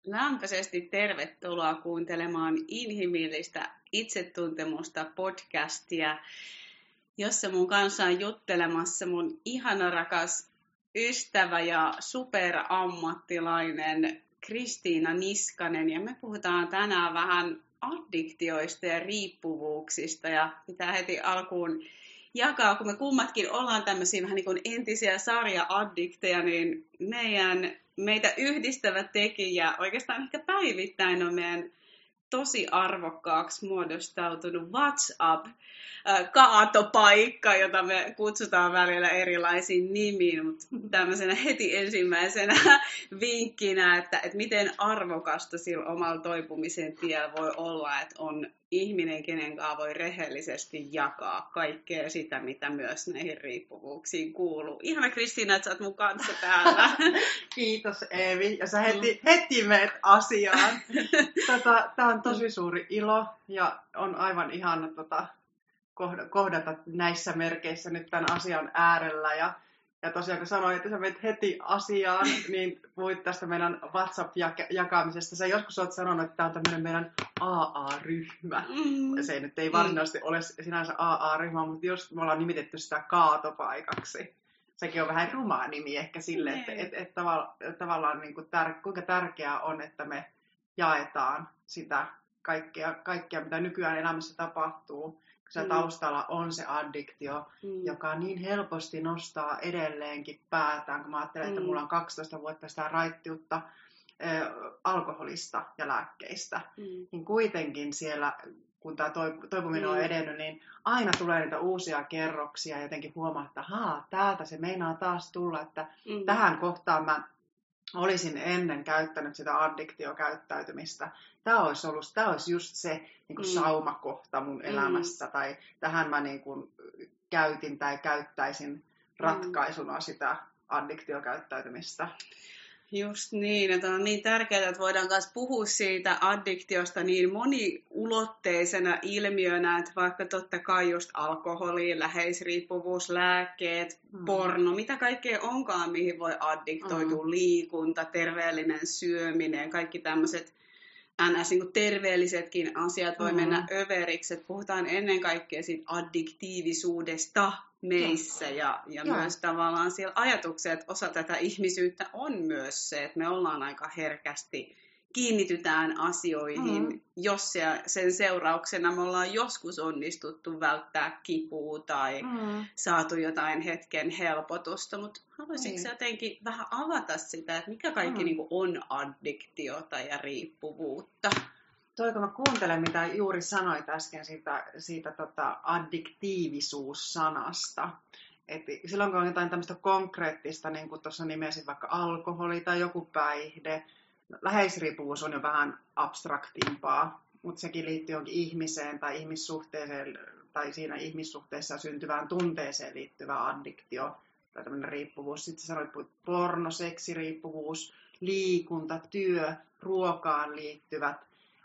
lämpöisesti tervetuloa kuuntelemaan inhimillistä itsetuntemusta podcastia, jossa mun kanssa on juttelemassa mun ihana rakas ystävä ja superammattilainen Kristiina Niskanen. Ja me puhutaan tänään vähän addiktioista ja riippuvuuksista ja pitää heti alkuun jakaa, kun me kummatkin ollaan tämmöisiä vähän niin kuin entisiä sarja-addikteja, niin meitä yhdistävä tekijä oikeastaan ehkä päivittäin on meidän tosi arvokkaaksi muodostautunut WhatsApp-kaatopaikka, jota me kutsutaan välillä erilaisiin nimiin, mutta tämmöisenä heti ensimmäisenä vinkkinä, että miten arvokasta sillä omalla toipumisen tiellä voi olla, että on ihminen, kenen kanssa voi rehellisesti jakaa kaikkea sitä, mitä myös näihin riippuvuuksiin kuuluu. Ihana Kristiina, että sä oot mun kanssa täällä. Kiitos Eevi, ja sä heti meet asiaan. Tää on tosi suuri ilo ja on aivan ihana kohdata näissä merkeissä nyt tämän asian äärellä. Ja tosiaan kun sanoin, että sä menet heti asiaan, niin puhuit tästä meidän WhatsApp-jakamisesta. Sä joskus oot sanonut, että tämä on tämmöinen meidän AA-ryhmä. Se nyt ei varsinaisesti ole sinänsä AA-ryhmä, mutta just me ollaan nimitetty sitä kaatopaikaksi. Sekin on vähän rumaa nimi ehkä sille, että tavallaan niin kuin kuinka tärkeää on, että me jaetaan sitä kaikkea, mitä nykyään elämässä tapahtuu. Se taustalla on se addiktio, joka niin helposti nostaa edelleenkin päätään, kun mä ajattelen, että mulla on 12 vuotta sitä raittiutta alkoholista ja lääkkeistä. Niin kuitenkin siellä, kun tämä toipuminen on edennyt, niin aina tulee niitä uusia kerroksia ja jotenkin huomaa, että täältä se meinaa taas tulla, että tähän kohtaan mä olisin ennen käyttänyt sitä addiktiokäyttäytymistä. Tämä olisi just se niin kuin saumakohta mun elämässä, tai tähän mä niin kuin käytin tai käyttäisin ratkaisuna sitä addiktiokäyttäytymistä. Just niin, että on niin tärkeää, että voidaan myös puhua siitä addiktiosta niin moniulotteisena ilmiönä, että vaikka totta kai just alkoholi, läheisriippuvuus, lääkkeet, porno, mitä kaikkea onkaan, mihin voi addiktoitua, liikunta, terveellinen syöminen, kaikki tämmöiset ns. Niin kuin terveellisetkin asiat voi mennä överiksi, että puhutaan ennen kaikkea siitä addiktiivisuudesta meissä ja myös tavallaan siellä ajatuksia, että osa tätä ihmisyyttä on myös se, että me ollaan aika herkästi kiinnitytään asioihin, jos sen seurauksena me ollaan joskus onnistuttu välttää kipua tai saatu jotain hetken helpotusta, mutta haluaisitko jotenkin vähän avata sitä, että mikä kaikki niin kuin on addiktiota ja riippuvuutta? Kun mä kuuntelen, mitä juuri sanoit äsken siitä addiktiivisuus-sanasta, että silloin kun on jotain tämmöistä konkreettista, niin kuin tuossa nimesin vaikka alkoholi tai joku päihde, läheisriippuvuus on jo vähän abstraktimpaa, mutta sekin liittyy johonkin ihmiseen tai ihmissuhteeseen tai siinä ihmissuhteessa syntyvään tunteeseen liittyvä addiktio tai tämmöinen riippuvuus. Sitten sanoit porno, seksiriippuvuus, liikunta, työ, ruokaan liittyvät.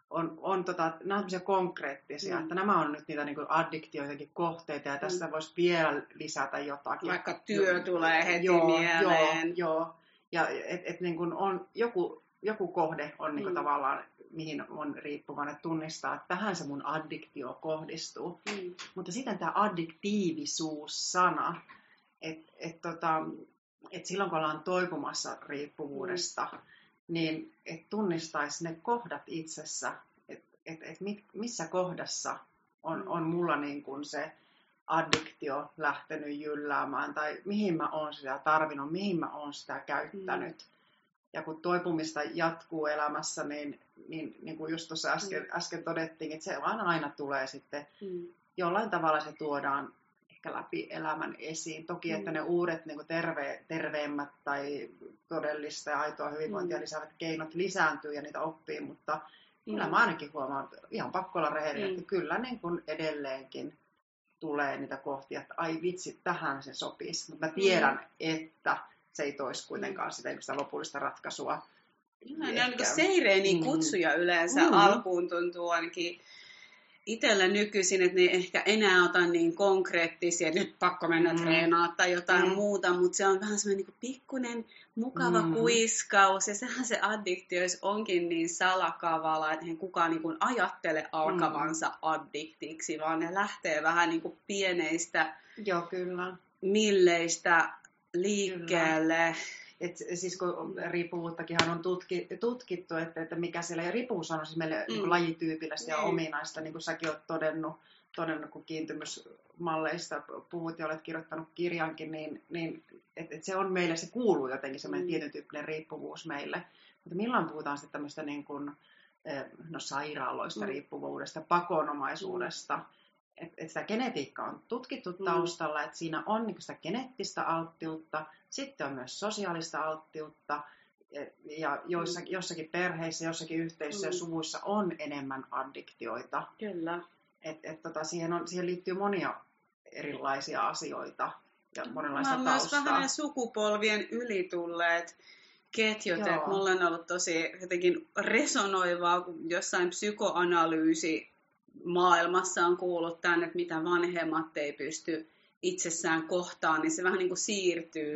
Nämä on konkreettisia, että nämä on nyt niitä niin kuin addiktioitakin kohteita ja tässä voisi vielä lisätä jotakin. Vaikka työ tulee heti mieleen. Joo. Ja et niin kuin on joku kohde on niin kuin tavallaan, mihin on riippuvainen, että tunnistaa, että tähän se mun addiktio kohdistuu. Mutta sitten tämä addiktiivisuus-sana, että silloin kun ollaan toipumassa riippuvuudesta, niin että tunnistaisi ne kohdat itsessä, että missä kohdassa on mulla niin kuin se addiktio lähtenyt jylläämään, tai mihin mä oon sitä tarvinnut, mihin mä oon sitä käyttänyt. Ja kun toipumista jatkuu elämässä, niin kuin just tuossa äsken todettiin, että se aina tulee sitten, jollain tavalla se tuodaan ehkä läpi elämän esiin. Toki, että ne uudet niin kuin terveemmät tai todellista ja aitoa hyvinvointia lisäävät keinot lisääntyy ja niitä oppii, mutta kyllä mä ainakin huomaan, ihan pakko olla rehellinen, että kyllä niin kuin edelleenkin tulee niitä kohtia, että ai vitsi, tähän se sopisi. Mutta mä tiedän, että se ei toisi kuitenkaan sitä lopullista ratkaisua. Nämä on niin seireeniä kutsuja yleensä alkuun tuntuu ainakin itsellä nykyisin, että ne ehkä enää ota niin konkreettisia, että nyt pakko mennä treenaamaan tai jotain muuta, mutta se on vähän semmoinen niin pikkuinen mukava kuiskaus, ja sehän se addiktiois onkin niin salakavala, että eihän kukaan niin kuin ajattele alkavansa addiktiksi, vaan ne lähtee vähän niin kuin pieneistä milleistä liikkeelle. Siis kun riippuvuuttakinhan on tutkittu, että mikä siellä, ja riippuvuus on siis meille niin lajityypillistä ja ominaista, niin kuin säkin olet todennut, kun kiintymysmalleista puhut ja olet kirjoittanut kirjankin, niin että se on meille, se kuuluu jotenkin semmoinen tietyn tyyppinen riippuvuus meille. Mutta milloin puhutaan sitten tämmöistä niin kuin, sairaaloista riippuvuudesta, pakonomaisuudesta, että sitä genetiikkaa on tutkittu taustalla, että siinä on niin sitä geneettistä alttiutta, sitten on myös sosiaalista alttiutta, ja jossakin perheissä, jossakin yhteisöissä ja suvuissa on enemmän addiktioita. Kyllä. Siihen liittyy monia erilaisia asioita ja monenlaista taustaa. Myös vähän ne sukupolvien ylitulleet ketjut, että mulla on ollut tosi jotenkin resonoivaa, kun jossain psykoanalyysi maailmassa on kuullut tänne, että mitä vanhemmat ei pysty itsessään kohtaan, niin se vähän niin kuin siirtyy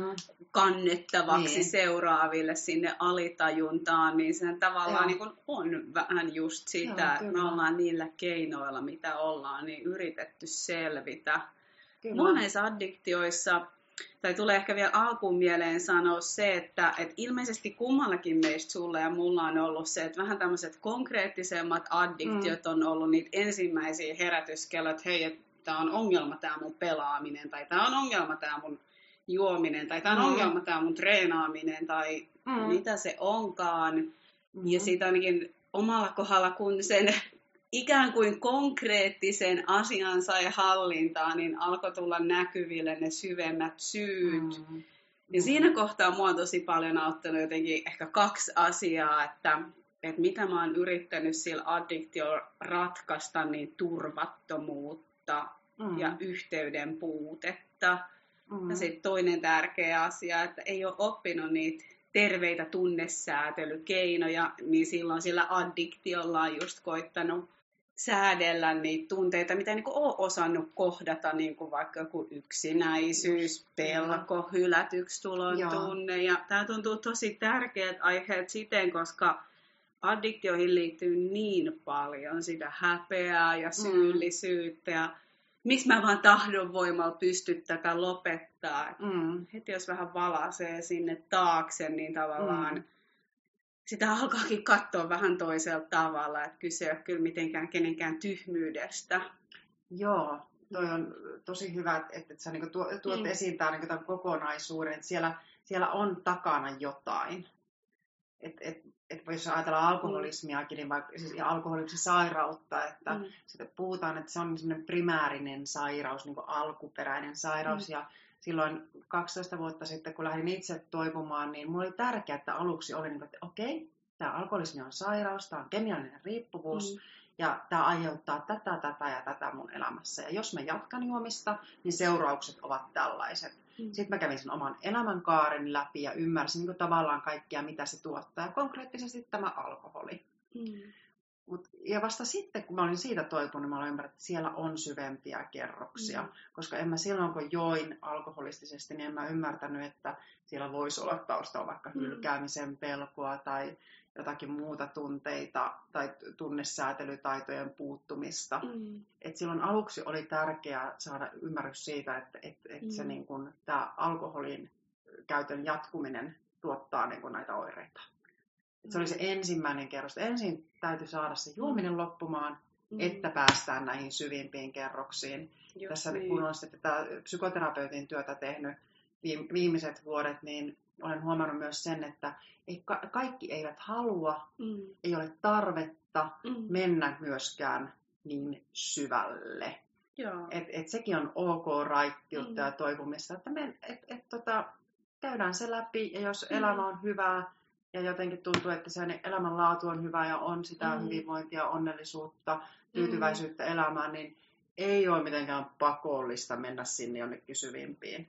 kannettavaksi seuraaville sinne alitajuntaan, niin se tavallaan niin kuin on vähän just sitä, että me ollaan niillä keinoilla, mitä ollaan, niin yritetty selvitä. Mulla näissä addiktioissa, tai tulee ehkä vielä alkuun mieleen sanoa se, että ilmeisesti kummallakin meistä sulla ja mulla on ollut se, että vähän tämmöiset konkreettisemmat addiktiot on ollut niitä ensimmäisiä herätyskelloja, että hei, tämä on ongelma tämä mun pelaaminen, tai tämä on ongelma tämä mun juominen, tai tämä on ongelma tämä mun treenaaminen, tai mitä se onkaan. Ja siitä ainakin omalla kohdalla, kun sen ikään kuin konkreettisen asian sai hallintaan, niin alkoi tulla näkyville ne syvemmät syyt. Ja siinä kohtaa mua on tosi paljon auttanut jotenkin ehkä 2 asiaa, että mitä mä oon yrittänyt sillä addiktiolla ratkaista, niin turvattomuutta ja yhteyden puutetta. Ja sitten toinen tärkeä asia, että ei ole oppinut niitä terveitä tunnesäätelykeinoja, niin silloin sillä addiktiolla on just koittanut säädellä niitä tunteita, mitä niin ole osannut kohdata, niin kuin vaikka joku yksinäisyys, pelko, hylätyksi tulon tunne. Ja tämä tuntuu tosi tärkeät aiheet siten, koska addiktioihin liittyy niin paljon sitä häpeää ja syyllisyyttä. Ja miksi mä vaan tahdonvoimalla pysty tätä lopettaa. Heti jos vähän valaisee sinne taakse, niin tavallaan sitä alkaakin katsoa vähän toisella tavalla, että kyse ei ole kyllä mitenkään kenenkään tyhmyydestä. Joo, toi on tosi hyvä, että sä niinku tuot esiin tämän kokonaisuuden, että siellä on takana jotain. Jos ajatellaan alkoholismiakin, niin vaikka siis alkoholismisairautta, että sitä puhutaan, että se on semmoinen primäärinen sairaus, niin kuin alkuperäinen sairaus, ja silloin 12 vuotta sitten, kun lähdin itse toipumaan, niin mulla oli tärkeää, että aluksi oli, että okei, tämä alkoholismi on sairaus, tämä on kemiallinen riippuvuus, ja tämä aiheuttaa tätä mun elämässä. Ja jos mä jatkan juomista, niin seuraukset ovat tällaiset. Sitten mä kävin sen oman elämänkaaren läpi ja ymmärsin niin tavallaan kaikkia, mitä se tuottaa. Ja konkreettisesti tämä alkoholi. Ja vasta sitten, kun mä olin siitä toipunut, mä olin ymmärtänyt, että siellä on syvempiä kerroksia. Koska en mä silloin, kun join alkoholistisesti, niin en mä ymmärtänyt, että siellä voisi olla taustalla vaikka hylkäämisen pelkoa tai jotakin muuta tunteita tai tunnesäätelytaitojen puuttumista. Et silloin aluksi oli tärkeää saada ymmärrys siitä, että se niin kun, tämä alkoholin käytön jatkuminen tuottaa niin kun näitä oireita. Se oli se ensimmäinen kerros. Ensin täytyy saada se juominen loppumaan, että päästään näihin syvimpiin kerroksiin. Tässä kun olen sitten tätä psykoterapeutin työtä tehnyt viimeiset vuodet, niin olen huomannut myös sen, että kaikki eivät halua, ei ole tarvetta mennä myöskään niin syvälle. Et sekin on ok raittiutta ja toipumista, että käydään se läpi, ja jos elämä on hyvää, ja jotenkin tuntuu, että se elämänlaatu on hyvä ja on sitä hyvinvointia, onnellisuutta, tyytyväisyyttä elämään, niin ei ole mitenkään pakollista mennä sinne jonnekin syvimpiin.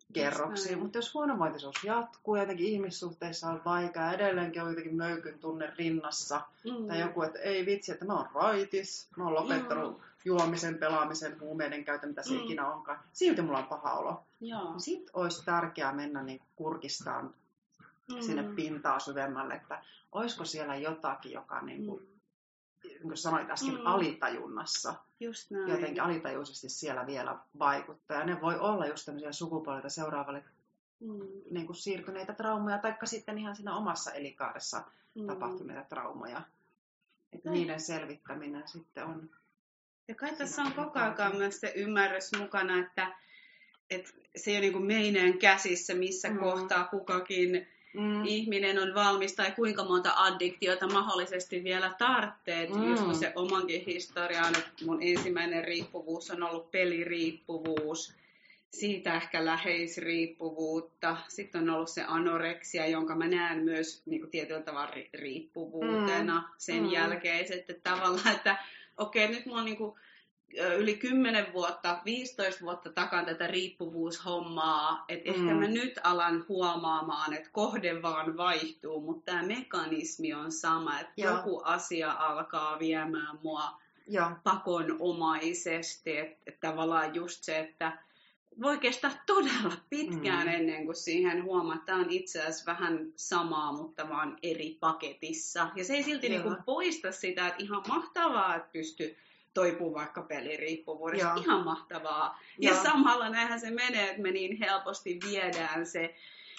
kerroksiin. Mutta jos huonovointisuus jatkuu, jotenkin ihmissuhteissa on vaikea, edelleenkin on jotenkin möykyn tunne rinnassa, tai joku, että ei vitsi, että mä oon raitis, mä oon lopettanut juomisen, pelaamisen, huumeiden käytön, mitä se ikinä onkaan. Silti mulla on paha olo. Sitten olisi tärkeää mennä niin kurkistaan sinne pintaa syvemmälle, että olisiko siellä jotakin, joka niin kuin sanoit äsken, alitajunnassa. Just näin. Jotenkin alitajuisesti siellä vielä vaikuttaa. Ja ne voi olla just tämmöisiä sukupuolelta seuraavalle niin kuin siirtyneitä traumoja, taikka sitten ihan siinä omassa elinkaaressa tapahtuneita traumoja. Että niiden selvittäminen sitten on... Ja kai tässä on koko ajan myös se ymmärrys mukana, että se ei ole niin kuin meidän käsissä, missä kohtaa kukakin ihminen on valmis tai kuinka monta addiktiota mahdollisesti vielä tarvitsee. Just kun se omankin historiaan, että mun ensimmäinen riippuvuus on ollut peliriippuvuus, siitä ehkä läheisriippuvuutta. Sitten on ollut se anoreksia, jonka mä näen myös niin kuin tietyllä tavalla riippuvuutena sen jälkeiset. Että tavallaan, että okei, nyt mulla on niin kuin yli 10 vuotta, 15 vuotta takan tätä riippuvuushommaa, että ehkä mä nyt alan huomaamaan, että kohde vaan vaihtuu, mutta tämä mekanismi on sama, että joku asia alkaa viemään mua pakonomaisesti, että tavallaan just se, että voi kestää todella pitkään ennen kuin siihen huomaa, että tämä on itse asiassa vähän samaa, mutta vaan eri paketissa. Ja se ei silti niin kuin poista sitä, että ihan mahtavaa, että pystyy toipuu vaikka peliriippuvuudesta. Ihan mahtavaa. Ja samalla näinhän se menee, että me niin helposti viedään se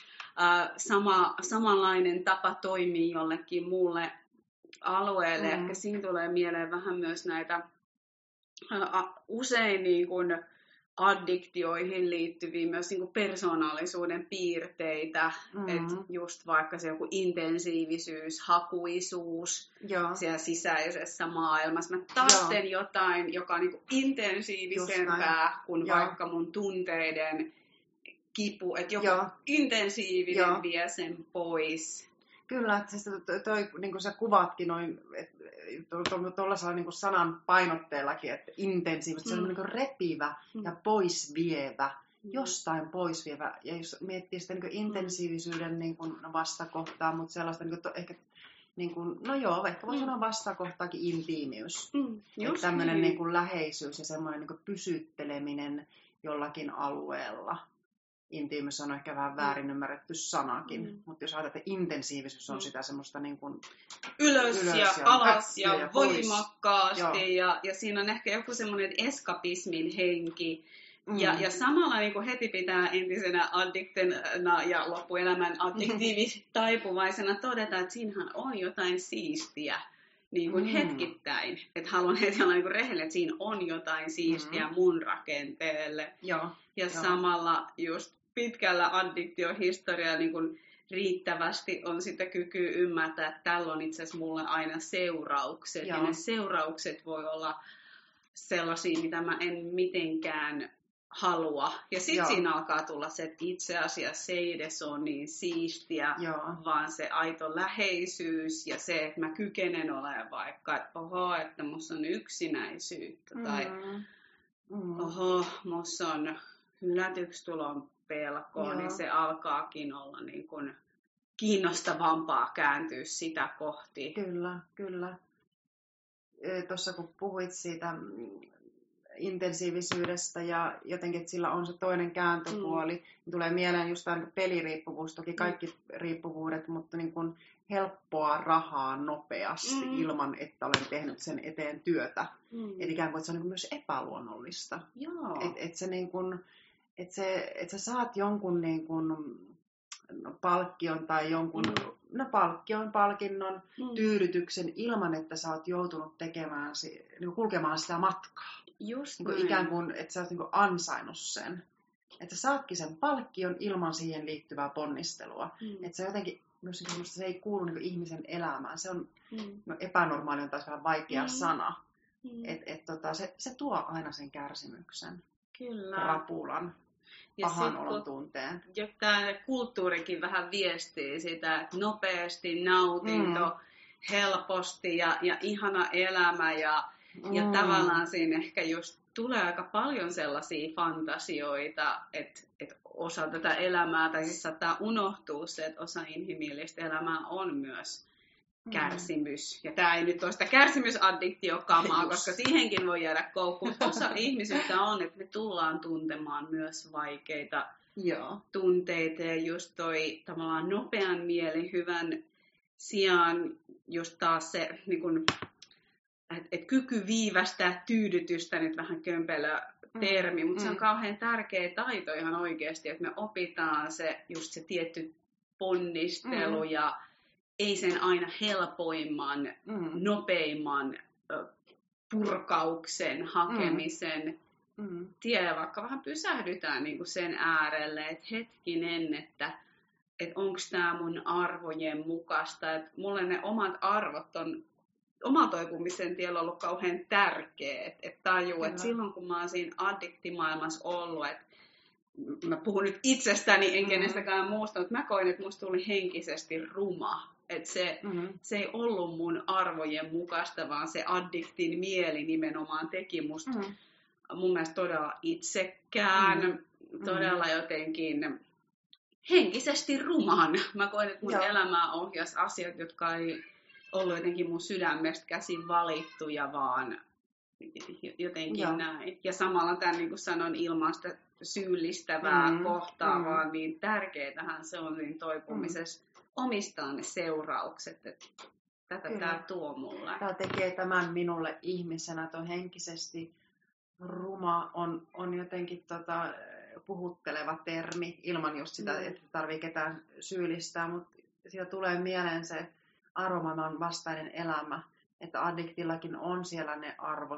samanlainen tapa toimia jollekin muulle alueelle. Ehkä siinä tulee mieleen vähän myös näitä usein niin kuin addiktioihin liittyviä myös niin kuin persoonallisuuden piirteitä, että just vaikka se joku intensiivisyys, hakuisuus siellä sisäisessä maailmassa. Mä tarvitsen jotain, joka on niin kuin intensiivisempää kuin vaikka mun tunteiden kipu, että joku intensiivinen vie sen pois. Kyllä, että siis niin kuin sä kuvatkin noin, tuollaisella niin kuin sanan painotteellakin, että intensiivisesti, se on niin kuin repivä ja poisvievä, jostain poisvievä. Ja jos miettii sitä niin kuin intensiivisyyden niin kuin vastakohtaa, mutta sellaista niin kuin ehkä, niin kuin, no joo, ehkä voi sanoa vastakohtaakin intiimiys. Että tämmöinen niin kuin läheisyys ja semmoinen niin kuin pysytteleminen jollakin alueella. Intiimiys on ehkä vähän väärin ymmärretty sanakin, mutta jos ajatellaan, että intensiivisyys on sitä semmoista niin kuin ylös ja alas ja voimakkaasti ja siinä on ehkä joku semmoinen eskapismin henki. Ja samalla niin kuin heti pitää entisenä addiktina ja loppuelämän addiktiivitaipuvaisena todeta, että siinähän on jotain siistiä niin kuin hetkittäin. Että haluan heti olla niin kuin rehellinen, että siinä on jotain siistiä mun rakenteelle. Ja samalla just pitkällä addiktiohistorialla niin kuin riittävästi on sitä kykyä ymmärtää, että tällä on itse asiassa mulle aina seuraukset. Ja ne seuraukset voi olla sellaisia, mitä mä en mitenkään halua. Ja sitten siinä alkaa tulla se, että itse asiassa se ei edes ole niin siistiä, vaan se aito läheisyys ja se, että mä kykenen olemaan vaikka, että että musta on yksinäisyyttä tai musta on hylätyksi tulon pelkoa, niin se alkaakin olla niin kuin kiinnostavampaa kääntyä sitä kohti. Kyllä. Tuossa kun puhuit siitä intensiivisyydestä ja jotenkin, että sillä on se toinen kääntöpuoli, niin tulee mieleen just tämä peliriippuvuus, toki kaikki riippuvuudet, mutta niin kuin helppoa rahaa nopeasti ilman, että olen tehnyt sen eteen työtä. Eli ikään kuin, että se on niin kuin myös epäluonnollista. Että se niin kuin, että sä saat jonkun niin kuin palkkion tai jonkun palkinnon, tyydytyksen ilman, että sä oot joutunut tekemään, niin kulkemaan sitä matkaa. Just niin ikään kuin, että sä oot niin kuin ansainnut sen. Että sä saatkin sen palkkion ilman siihen liittyvää ponnistelua. Että se jotenkin, myös se ei kuulu niin kuin ihmisen elämään. Se on epänormaali, on taas vähän vaikea sana. Se tuo aina sen kärsimyksen, rapulan, pahan olon tunteen. Ja tämä kulttuurikin vähän viestii sitä, että nopeasti nautinto, helposti ja ihana elämä ja tavallaan siinä ehkä just tulee aika paljon sellaisia fantasioita, että osa tätä elämää, tai siis saattaa unohtua se, että osa inhimillistä elämää on myös kärsimys. Ja tämä ei nyt ole sitä kärsimysaddiktiokamaa, koska siihenkin voi jäädä koukkuun. Osa ihmisyyttä on, että me tullaan tuntemaan myös vaikeita tunteita. Ja just toi tavallaan nopean mielihyvän sijaan just taas se niin kun, et kyky viivästää tyydytystä, nyt vähän kömpelö termi, mutta se on kauhean tärkeä taito ihan oikeasti, että me opitaan just se tietty ponnistelu ja ei sen aina helpoimman, nopeimman purkauksen hakemisen tie, vaikka vähän pysähdytään niin kuin sen äärelle, että hetkinen, että onko tämä mun arvojen mukaista, että mulle ne omat arvot on oma toipumisen tiellä ollut kauhean tärkeä, että tajuu, että silloin kun mä oon siinä addiktimaailmassa ollut, että mä puhun nyt itsestäni, en kenestäkään muusta, mutta mä koin, että musta tuli henkisesti ruma. Että se ei ollut mun arvojen mukaista, vaan se addiktin mieli nimenomaan teki musta mun mielestä todella itsekään, todella jotenkin henkisesti ruman. Mä koin, että mun elämää ohjasi asiat, jotka ei ollut jotenkin mun sydämestä käsin valittuja, vaan jotenkin näin. Ja samalla tämän, niin kuin sanon, ilman sitä syyllistävää kohtaa, vaan niin tärkeätähän se on niin toipumisessa omistaa ne seuraukset, että tätä tämä tuo mulle. Tämä tekee tämän minulle ihmisenä, tuo henkisesti ruma on jotenkin puhutteleva termi, ilman just sitä, että tarvitsee ketään syyllistää, mutta siitä tulee mieleen se arvomaailman vastainen elämä, että addiktillakin on siellä ne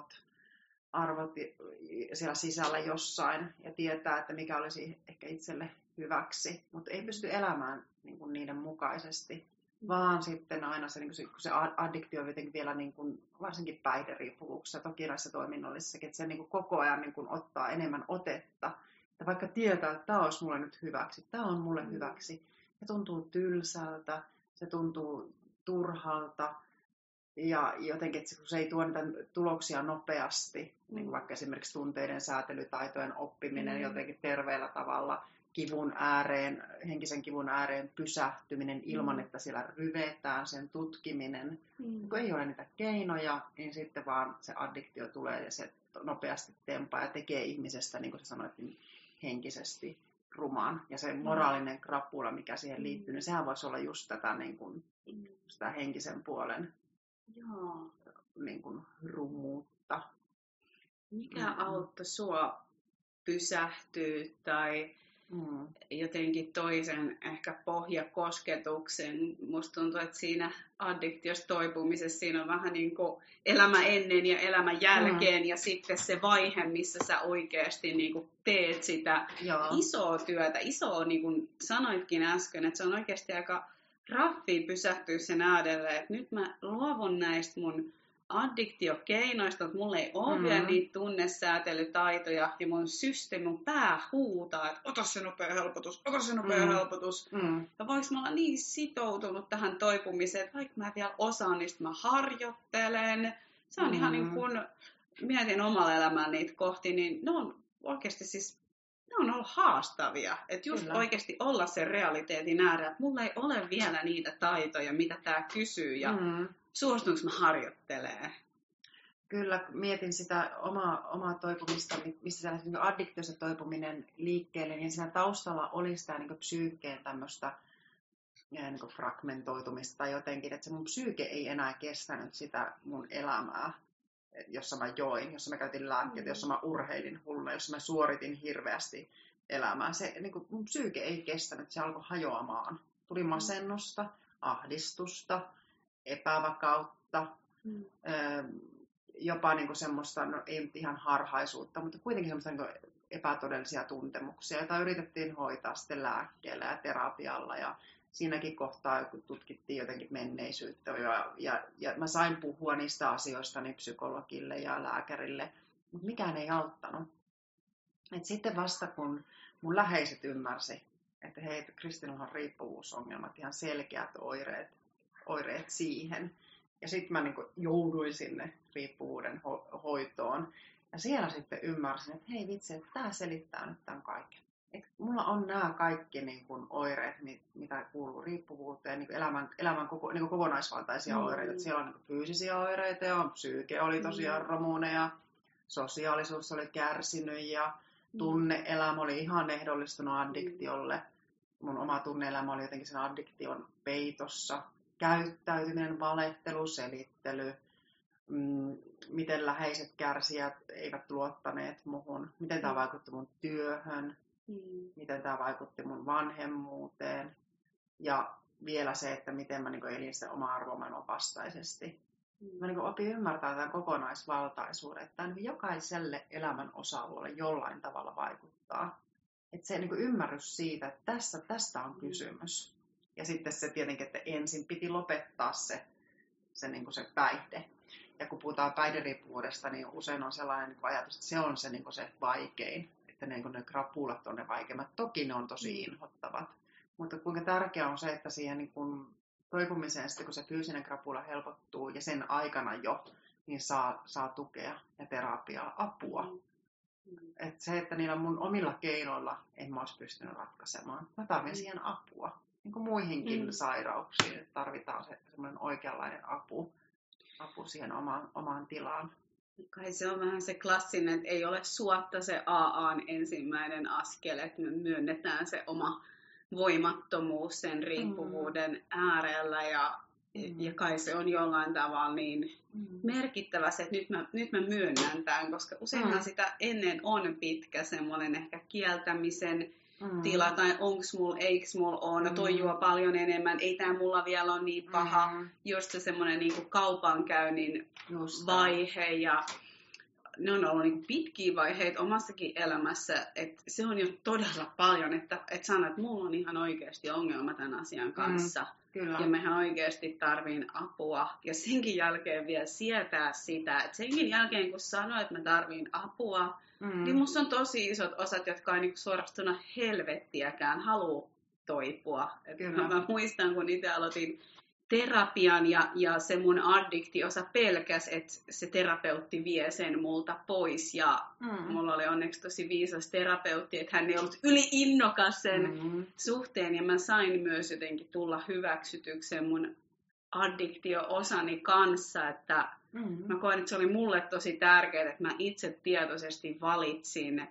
arvot siellä sisällä jossain ja tietää, että mikä olisi ehkä itselle hyväksi, mutta ei pysty elämään niin kuin niiden mukaisesti, vaan sitten aina se, niin kun se addiktio on jotenkin vielä niin kuin, varsinkin päihderiippuvuuksissa, toki näissä toiminnallisissakin, että se niin kuin koko ajan niin kuin ottaa enemmän otetta, ja vaikka tietää, että tämä olisi mulle nyt hyväksi, tämä on mulle hyväksi, se tuntuu tylsältä, se tuntuu turhalta, ja jotenkin, että se ei tuo niitä tuloksia nopeasti, niin kuin vaikka esimerkiksi tunteiden säätelytaitojen oppiminen jotenkin terveellä tavalla, kivun ääreen, henkisen kivun ääreen pysähtyminen ilman, että siellä ryvetään, sen tutkiminen. Kun ei ole niitä keinoja, niin sitten vaan se addiktio tulee ja se nopeasti tempaa ja tekee ihmisestä, niin kuin sä sanoit, niin henkisesti rumaan. Ja se moraalinen krapula, mikä siihen liittyy, niin sehän voisi olla just tätä niin kuin, sitä henkisen puolen niin kuin rumuutta. Mikä auttoi sua pysähtyä tai jotenkin toisen ehkä pohjakosketuksen? Musta tuntuu, että siinä addiktiossa toipumisessa siinä on vähän niin kuin elämä ennen ja elämä jälkeen ja sitten se vaihe, missä sä oikeasti niin kuin teet sitä isoa työtä. Isoa, niin kuin sanoitkin äsken, että se on oikeasti aika raffia pysähtyä sen äärelle, että nyt mä luovun näistä mun addiktiokeinoista, että mulla ei ole vielä niitä tunnesäätelytaitoja ja mun systeemi, mun pää huutaa, että ota se nopea helpotus, ota se nopea helpotus. Ja voiko mä olla niin sitoutunut tähän toipumiseen, että vaikka mä en vielä osaan, niin mä harjoittelen. Se on ihan niin kuin, mietin omalla elämään niitä kohti, niin ne on oikeasti siis, ne on ollut haastavia. Että just oikeasti olla sen realiteetin äärellä, että mulla ei ole vielä niitä taitoja, mitä tää kysyy ja suostunko mä harjoittelee? Kyllä, mietin sitä omaa toipumista, missä se addiktiossa toipuminen liikkeelle, niin siinä taustalla oli sitä niin psyykkeen tämmöistä niin fragmentoitumista tai jotenkin, että se mun psyyke ei enää kestänyt sitä mun elämää, jossa mä join, jossa mä käytin lääkkeitä, jossa mä urheilin hulluna, jossa mä suoritin hirveästi elämää. Se niin kuin, mun psyyke ei kestänyt, se alkoi hajoamaan. Tuli masennusta, ahdistusta, epävakautta, jopa niin kuin semmoista, no ei nyt ihan harhaisuutta, mutta kuitenkin semmoista niin epätodellisia tuntemuksia, joita yritettiin hoitaa sitten lääkkeellä ja terapialla. Ja siinäkin kohtaa, kun tutkittiin jotenkin menneisyyttä ja mä sain puhua niistä asioista niin psykologille ja lääkärille, mutta mikään ei auttanut. Et sitten vasta kun mun läheiset ymmärsi, että hei, Kristiinalla on riippuvuusongelmat, ihan selkeät oireet siihen. Ja sitten mä niin jouduin sinne riippuvuuden hoitoon. Ja siellä sitten ymmärsin, että hei vitsi, että tämä selittää nyt tämän kaiken. Et mulla on nämä kaikki niin kuin oireet, mitä kuuluu riippuvuuteen, niin kuin elämän kokonaisvaltaisia oireita. Et siellä on niin kuin fyysisiä oireita ja psyyke oli tosiaan romuinen ja sosiaalisuus oli kärsinyt ja tunne-elämä oli ihan ehdollistunut addiktiolle. Mun oma tunne-elämä oli jotenkin sen addiktion peitossa. Käyttäytyminen, valehtelu, selittely, miten läheiset kärsijät eivät luottaneet muhun, miten tämä vaikutti mun työhön, miten tämä vaikutti mun vanhemmuuteen ja vielä se, että miten mä elin sitä omaa arvomanon vastaisesti. Mä opin ymmärtää tämän kokonaisvaltaisuuden, että tämä jokaiselle elämän osa-alueelle jollain tavalla vaikuttaa. Että se ymmärrys siitä, että tästä on kysymys. Ja sitten se tietenkin, että ensin piti lopettaa se päihde. Ja kun puhutaan päihderiippuvuudesta, niin usein on sellainen ajatus, että se on se vaikein. Että ne krapulat on ne vaikeimmat. Toki ne on tosi inhottavat. Mutta kuinka tärkeää on se, että siihen toipumiseen, sitten kun se fyysinen krapula helpottuu ja sen aikana jo, niin saa tukea ja terapiaa, apua. Että se, että niillä mun omilla keinoilla en mä olisi pystynyt ratkaisemaan. Mä tarvitsen siihen apua. Niin kuin muihinkin sairauksiin, että tarvitaan semmoinen oikeanlainen apu siihen omaan tilaan. Kai se on vähän se klassinen, että ei ole suotta se AA:n ensimmäinen askel, että me myönnetään se oma voimattomuus sen riippuvuuden äärellä ja kai se on jollain tavalla niin merkittävä se, että nyt mä myönnän tämän, koska useinhan sitä ennen on pitkä semmoinen ehkä kieltämisen tila, tai onks mulla, eiks mulla on, no toi juo paljon enemmän, ei tää mulla vielä ole niin paha, just se semmoinen niinku kaupankäynnin vaihe, ja ne on ollut niinku pitkiä vaiheita omassakin elämässä, että se on jo todella paljon, että sanoo, että mulla on ihan oikeasti ongelma tämän asian kanssa, ja mehän oikeasti tarviin apua, ja senkin jälkeen vielä sietää sitä, että senkin jälkeen kun sanoo, että mä tarviin apua, niin musta on tosi isot osat, jotka ei niinku suorastuna helvettiäkään halua toipua. Mä muistan, kun itse aloitin terapian ja se mun addiktiosa pelkäs, että se terapeutti vie sen multa pois. Ja mulla oli onneksi tosi viisas terapeutti, että hän ei ollut yli innokas sen suhteen. Ja mä sain myös jotenkin tulla hyväksytyksen mun addiktio-osani kanssa, että mä koen, että se oli mulle tosi tärkeää, että mä itse tietoisesti valitsin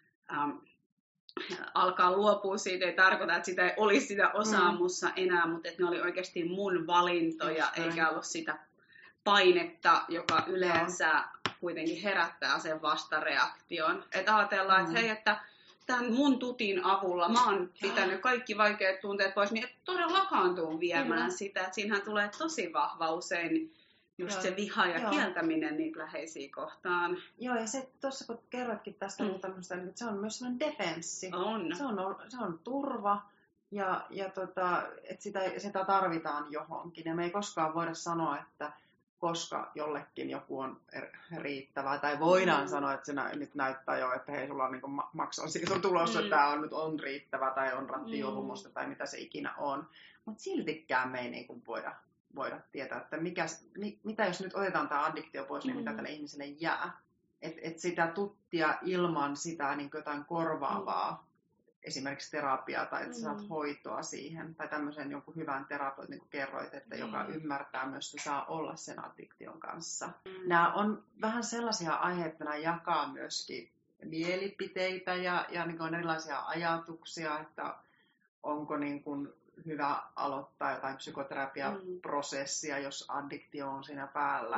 alkaa luopua siitä. Ei tarkoita, että sitä ei olisi sitä osaa mussa enää, mutta että ne oli oikeasti mun valintoja, eikä ollut sitä painetta, joka yleensä kuitenkin herättää sen vastareaktion. Että ajatellaan, että hei, että tämän mun tutin avulla mä oon pitänyt kaikki vaikeat tunteet pois, niin et todellakaan tuu viemään sitä. Että siinähän tulee tosi vahva usein just se viha ja kieltäminen niitä läheisiä kohtaan. Joo, ja se tuossa kun kerrotkin tästä tämmöistä, niin se on myös sellainen defenssi. Se on turva, ja että sitä tarvitaan johonkin. Ja me ei koskaan voida sanoa, että koska jollekin joku on riittävää, tai voidaan sanoa, että se nyt näyttää jo, että hei, sulla on niin maksaa, on tulossa, että tämä nyt on riittävä, tai on rattijuopumusta, tai mitä se ikinä on. Mutta siltikään me ei niin kuin voida tietää, että mitä jos nyt otetaan tämä addiktio pois, niin mitä tälle ihmiselle jää. Et sitä tuttia ilman sitä niin jotain korvaavaa, esimerkiksi terapiaa, tai että saat hoitoa siihen, tai tämmöisen jonkun hyvän terapeutin, niin kuin kerroit, että joka ymmärtää myös, että saa olla sen addiktion kanssa. Nämä on vähän sellaisia aiheita, että nämä jakaa myöskin mielipiteitä ja niin kuin erilaisia ajatuksia, että onko niin kuin hyvä aloittaa jotain psykoterapiaprosessia, jos addiktio on siinä päällä.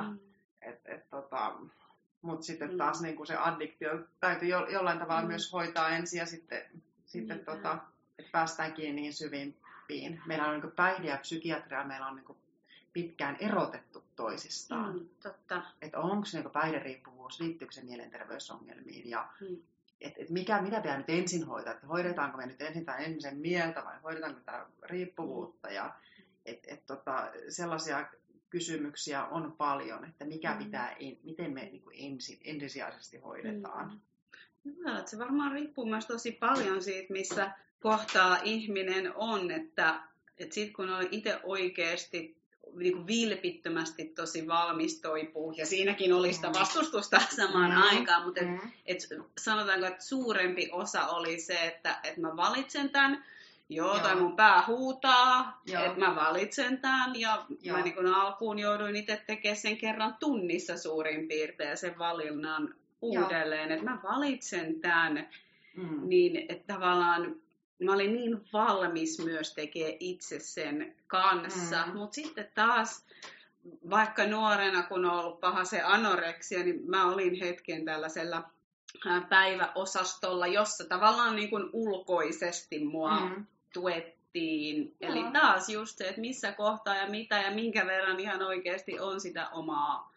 Mutta sitten taas niin kuin se addiktio täytyy jollain tavalla myös hoitaa ensin ja sitten että päästäänkin niin syvimpiin. Meillä on niin kuin päihde ja psykiatria, meillä on niin kuin pitkään erotettu toisistaan. Totta. Että onko niin kuin päihderiippuvuus, liittyykö se mielenterveysongelmiin ja mitä pitää nyt ensin hoitaa, että hoidetaanko me nyt ensin tämän ihmisen mieltä vai hoidetaanko tämä riippuvuutta ja sellaisia kysymyksiä on paljon, että miten me niin kuin ensisijaisesti hoidetaan. Hyvä, että se varmaan riippuu myös tosi paljon siitä, missä kohtaa ihminen on, että sit kun on itse oikeasti niin vilpittömästi tosi valmis toipuu. Ja siinäkin oli sitä vastustusta samaan aikaan. Mutta sanotaanko, että suurempi osa oli se, että mä valitsen tämän. Tai mun pää huutaa, että mä valitsen tämän. Ja mä niin kun alkuun jouduin itse tekemään sen kerran tunnissa suurin piirtein sen valinnan uudelleen. Että mä valitsen tämän. Niin, että tavallaan mä olin niin valmis myös tekemään itse sen kanssa. Mutta sitten taas, vaikka nuorena, kun on ollut paha se anoreksia, niin mä olin hetken tällaisella päiväosastolla, jossa tavallaan niin kuin ulkoisesti mua tuettiin. Eli taas just se, että missä kohtaa ja mitä ja minkä verran ihan oikeasti on sitä omaa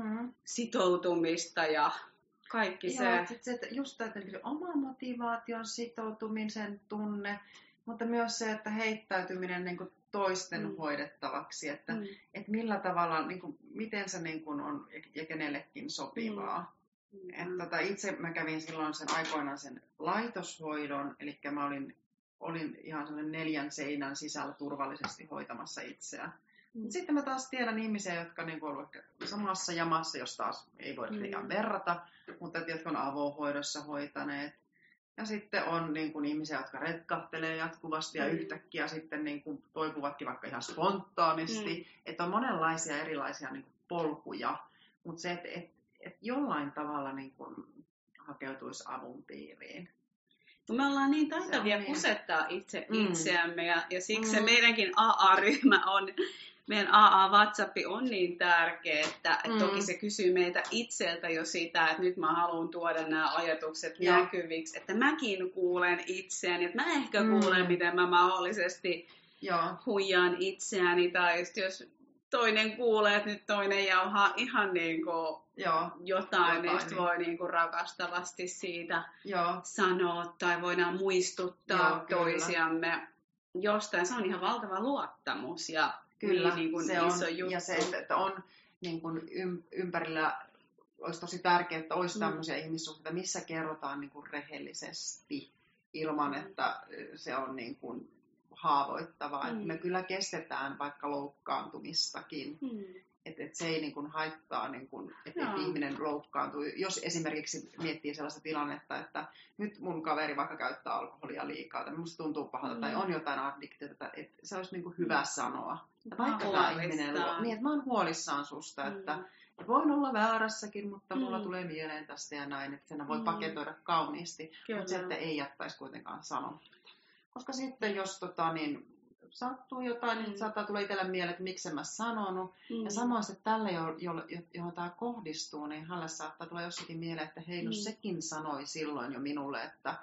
sitoutumista ja kaikki se. Joo, että just tämä oma motivaation sitoutumisen tunne, mutta myös se, että heittäytyminen niin kuin toisten hoidettavaksi, että millä tavalla, niin kuin, miten se niin kuin on ja kenellekin sopivaa. Että itse mä kävin silloin aikoinaan sen laitoshoidon, eli mä olin ihan sellainen 4 seinän sisällä turvallisesti hoitamassa itseään. Sitten mä taas tiedän ihmisiä, jotka on niin ollut samassa jamassa, jos taas ei voi liian verrata, mutta jotka on avohoidossa hoitaneet. Ja sitten on niin kuin ihmisiä, jotka retkahtelee jatkuvasti ja yhtäkkiä sitten niin kuin toipuvatkin vaikka ihan spontaanisti. Että on monenlaisia erilaisia niin kuin polkuja, mutta se, että jollain tavalla niin kuin hakeutuisi avun piiriin. Me ollaan niin taitavia kusettaa itseämme ja siksi se meidänkin AA-ryhmä on, meidän AA-WhatsApp on niin tärkeä, että toki se kysyy meitä itseltä jo sitä, että nyt mä haluan tuoda nämä ajatukset näkyviksi, että mäkin kuulen itseäni, että mä ehkä kuulen, miten mä mahdollisesti huijaan itseäni, tai jos toinen kuulee, että nyt toinen jauhaa ihan niin kuin jotain, niin voi niin kuin rakastavasti siitä sanoa tai voidaan muistuttaa toisiamme jostain. Se on ihan valtava luottamus ja niin kuin se iso on, juttu. ja se, että on niin kuin ympärillä, olisi tosi tärkeää, että olisi tämmöisiä ihmissuhteita, missä kerrotaan niin kuin rehellisesti ilman, että se on niin kuin haavoittavaa. Että me kyllä kestetään vaikka loukkaantumistakin. Että se ei niin kuin haittaa, niin kuin, että ihminen loukkaantuu. Jos esimerkiksi miettii sellaista tilannetta, että nyt mun kaveri vaikka käyttää alkoholia liikaa, tai minusta tuntuu pahalta, tai on jotain addiktiota, että se olisi niin kuin hyvä sanoa. Ja vaikka tämä ihminen, niin että mä oon huolissaan susta, että voin olla väärässäkin, mutta mulla tulee mieleen tästä ja näin, että sen voi paketoida kauniisti, mutta se, että ei jättäisi kuitenkaan sanoa. Koska sitten jos sattuu jotain, niin saattaa tulla itselle mieleen, että miksi en mä sanonut. Ja samoin sitten tälle, johon tämä kohdistuu, niin hänelle saattaa tulla jossakin mieleen, että hei, no sekin sanoi silloin jo minulle, että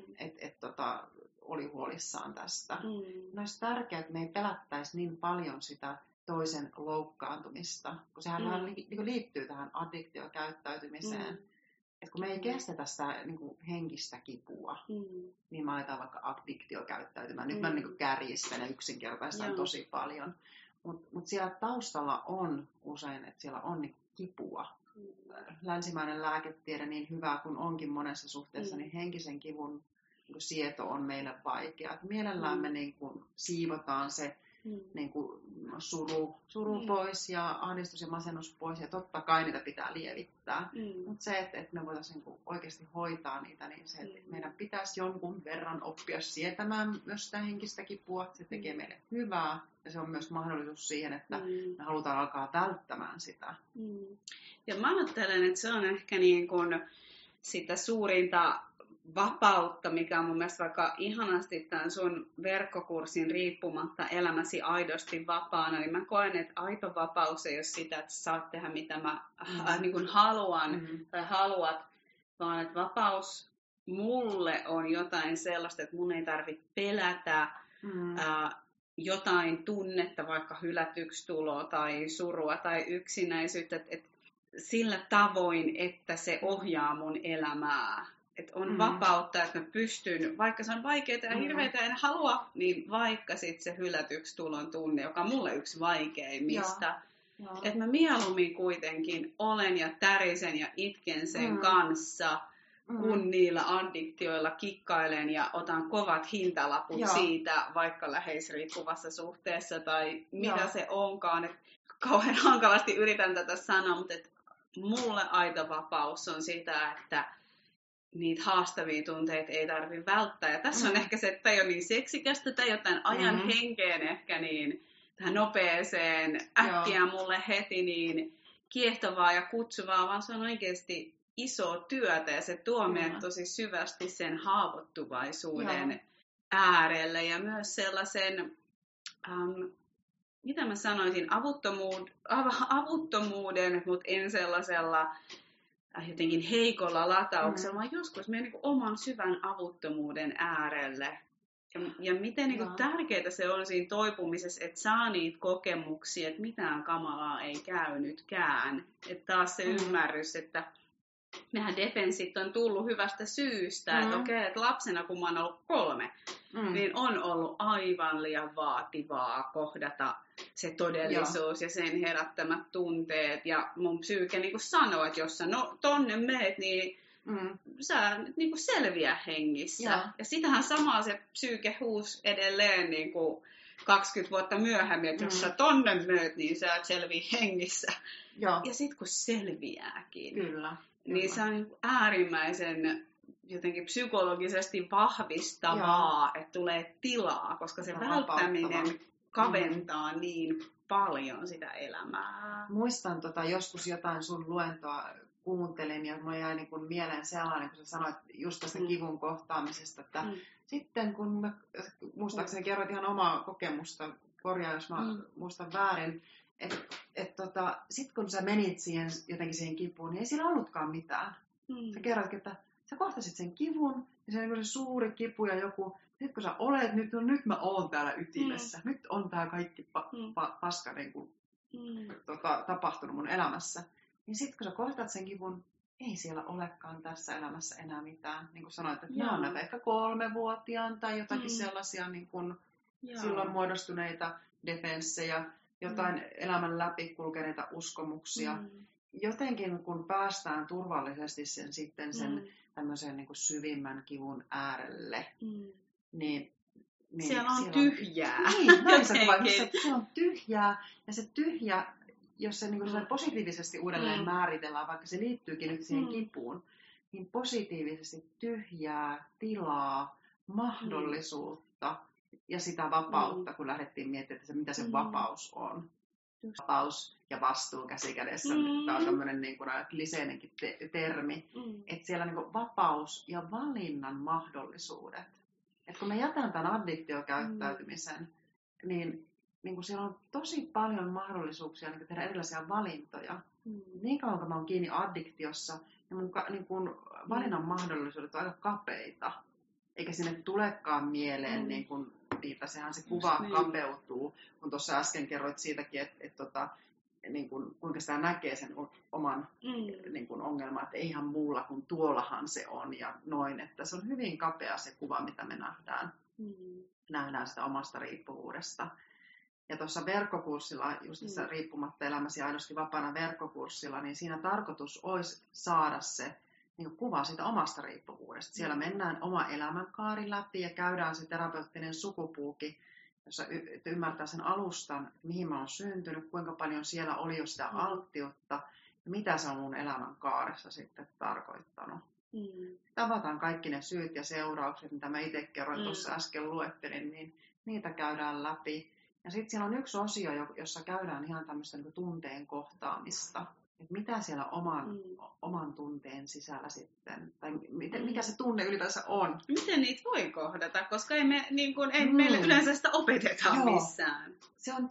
oli huolissaan tästä. No olisi tärkeää, että me ei pelättäisi niin paljon sitä toisen loukkaantumista, kun sehän liittyy tähän addiktiokäyttäytymiseen. Että kun me ei kestetä sitä niin kuin henkistä kipua, niin me aletaan vaikka addiktiokäyttäytymään. Nyt mä niin kuin kärjistän ja yksinkertaistan tosi paljon. Mutta siellä taustalla on usein, että siellä on niin kipua. Länsimainen lääketiede niin hyvä kuin onkin monessa suhteessa, niin henkisen kivun niin kuin sieto on meille vaikea. Et mielellään me niin kuin siivotaan se niin kuin suru pois ja ahdistus ja masennus pois, ja totta kai niitä pitää lievittää. Mutta se, että me voitaisiin niin oikeasti hoitaa niitä, niin se, että meidän pitäisi jonkun verran oppia sietämään myös sitä henkistä kipua. Se tekee meille hyvää, ja se on myös mahdollisuus siihen, että me halutaan alkaa välttämään sitä. Ja mä ajattelen, että se on ehkä niin kuin sitä suurinta vapautta, mikä on mun mielestä vaikka ihanasti tämän sun verkkokurssin riippumatta elämäsi aidosti vapaana, niin mä koen, että aito vapaus ei ole sitä, että saat tehdä mitä mä niin kuin haluan tai haluat, vaan että vapaus mulle on jotain sellaista, että mun ei tarvitse pelätä jotain tunnetta, vaikka hylätyksi tuloa tai surua tai yksinäisyyttä, että sillä tavoin, että se ohjaa mun elämää. Että on vapautta, että mä pystyn, vaikka se on vaikeaa ja hirveätä, en halua, niin vaikka sitten se hylätyksi tulon tunne, joka on mulle yksi vaikeimmista, että mä mieluummin kuitenkin olen ja tärisen ja itken sen kanssa, kun niillä addiktioilla kikkailen ja otan kovat hintalaput siitä, vaikka läheisriippuvassa suhteessa tai mitä se onkaan. Et kauhean hankalasti yritän tätä sanoa, mutta mulle aito vapaus on sitä, että niitä haastavia tunteita ei tarvitse välttää. Ja tässä on ehkä se, että tämä ei ole niin seksikästä, tämä ei ole tämän ajan henkeen ehkä niin tähän nopeeseen, äkkiä mulle heti niin kiehtovaa ja kutsuvaa, vaan se on oikeasti iso työtä ja se tuo meidät tosi syvästi sen haavoittuvaisuuden äärelle ja myös sellaisen, mitä mä sanoisin, avuttomuuden, mutta en sellaisella jotenkin heikolla latauksella, vaan joskus meidän niin oman syvän avuttomuuden äärelle. Ja miten niin tärkeää se on siinä toipumisessa, että saa niitä kokemuksia, että mitään kamalaa ei käynytkään. Että taas se ymmärrys, että mehän defenssit on tullut hyvästä syystä. Että okei, että lapsena kun mä oon ollut 3, niin on ollut aivan liian vaativaa kohdata se todellisuus ja sen herättämät tunteet. Ja mun psyyke niin sanoo, että jos sä tonne meet, niin sä niin selviä hengissä. Ja sitähän samaa se psyyke huusi edelleen niin 20 vuotta myöhemmin, että jos sä tonne meet, niin sä et selviä hengissä. Ja sit kun selviääkin, niin se on äärimmäisen jotenkin psykologisesti vahvistavaa, että tulee tilaa, koska se välttäminen kaventaa niin paljon sitä elämää. Muistan joskus jotain sun luentoa kuuntelin ja mulla jäi niin kuin mieleen sellainen, kun sä sanoit just tästä kivun kohtaamisesta, että sitten kun mä muistaakseni kerroit ihan omaa kokemusta, korjaa jos mä muistan väärin, että sit kun sä menit jotenkin siihen kipuun, niin ei siinä ollutkaan mitään. Sä kerroitkin, että sä kohtasit sen kivun, ja se on niin se suuri kipu ja joku, nyt kun sä olet, nyt mä oon täällä ytimessä. Nyt on tää kaikki paska niin kuin, tapahtunut mun elämässä. Niin sit kun sä kohtaat sen kivun, ei siellä olekaan tässä elämässä enää mitään. Niin kuin sanoit, että nämä on näitä ehkä 3-vuotiaan tai jotakin sellaisia niin kuin silloin muodostuneita defenssejä, jotain elämän läpi kulkeneita uskomuksia. Jotenkin kun päästään turvallisesti sen tämmöisen niin kuin syvimmän kivun äärelle, niin siellä on tyhjää. Se on tyhjää, ja se tyhjä, jos se, niin se positiivisesti uudelleen määritellään, vaikka se liittyykin nyt siihen kipuun, niin positiivisesti tyhjää, tilaa, mahdollisuutta ja sitä vapautta, kun lähdettiin miettimään, että mitä se vapaus on. Vapaus ja vastuu käsikädessä, tämä on tämmöinen niin kuin kliseinenkin termi, että siellä niin kuin vapaus ja valinnan mahdollisuudet. Että kun me jätän tämän addiktiokäyttäytymisen, niin kuin siellä on tosi paljon mahdollisuuksia niin kuin tehdä erilaisia valintoja. Niin kauan kun mä oon kiinni addiktiossa, niin mun niin kuin valinnan mahdollisuudet on aika kapeita. Eikä sinne tulekaan mieleen niin kuin niitä, sehän se kuva kapeutuu. Kun tuossa äsken kerroit siitäkin, että niin kuin, kuinka sitä näkee sen oman niin kuin ongelman, että eihän muulla kuin tuollahan se on ja noin. Että se on hyvin kapea se kuva, mitä me nähdään. Nähdään sitä omasta riippuvuudesta. Ja tuossa verkkokurssilla, just tässä riippumatta elämäsi aidosti vapaana verkkokurssilla, niin siinä tarkoitus olisi saada se niin kuva siitä omasta riippuvuudesta. Siellä mennään oma elämänkaari läpi ja käydään se terapeuttinen sukupuuki, jossa ymmärtää sen alustan, mihin mä oon syntynyt, kuinka paljon siellä oli jo sitä alttiutta ja mitä se on mun elämänkaaressa sitten tarkoittanut. Tavataan kaikki ne syyt ja seuraukset, mitä mä itse kerroin tuossa äsken luettelin, niin niitä käydään läpi. Ja sitten siellä on yksi osio, jossa käydään ihan tämmöistä niin tunteen kohtaamista. Että mitä siellä oman tunteen sisällä sitten, tai mikä se tunne ylipäänsä on. Miten niitä voi kohdata, koska ei meille yleensä sitä opeteta missään. Se on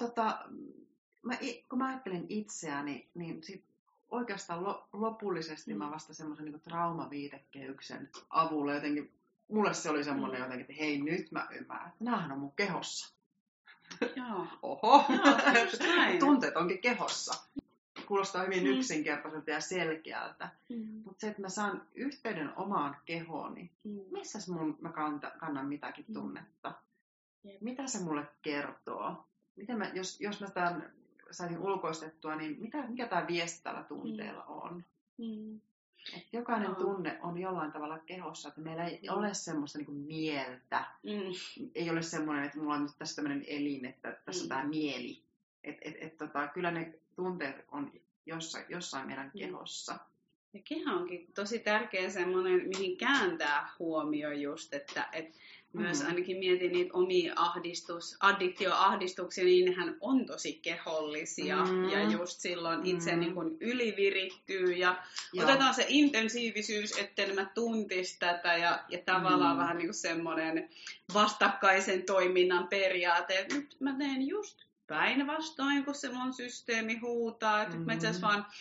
kun mä ajattelen itseäni, niin sit oikeastaan lopullisesti mä vasta semmoisen niin traumaviitekehyksen avulla jotenkin, mulle se oli semmoinen jotenkin, että hei nyt mä ymmärrän, että näähän on mun kehossa. Joo. Oho, tunteet onkin kehossa. Kuulostaa hyvin yksinkertaiselta ja selkeältä. Mutta se, että mä saan yhteyden omaan kehooni, missä mä kannan mitäkin tunnetta? Mitä se mulle kertoo? Miten jos mä tämän saisin ulkoistettua, niin mikä tämä viesti tällä tunteella on? Et jokainen tunne on jollain tavalla kehossa, että meillä ei ole semmoista niin kuin mieltä. Ei ole semmoinen, että mulla on nyt tässä tämmöinen elin, että tässä on tämä mieli. Kyllä ne tunteet on jossain meidän kehossa. Ja keho onkin tosi tärkeä semmoinen, mihin kääntää huomio just, että myös ainakin mietin niitä omia addiktioahdistuksia, niin nehän on tosi kehollisia. Ja just silloin itse niin kuin ylivirittyy ja otetaan se intensiivisyys, etten mä tuntis tätä ja tavallaan vähän niin kuin semmoinen vastakkaisen toiminnan periaate, että nyt mä teen just päinvastoin, kun se mun systeemi huutaa, että mä itse asiassa vaan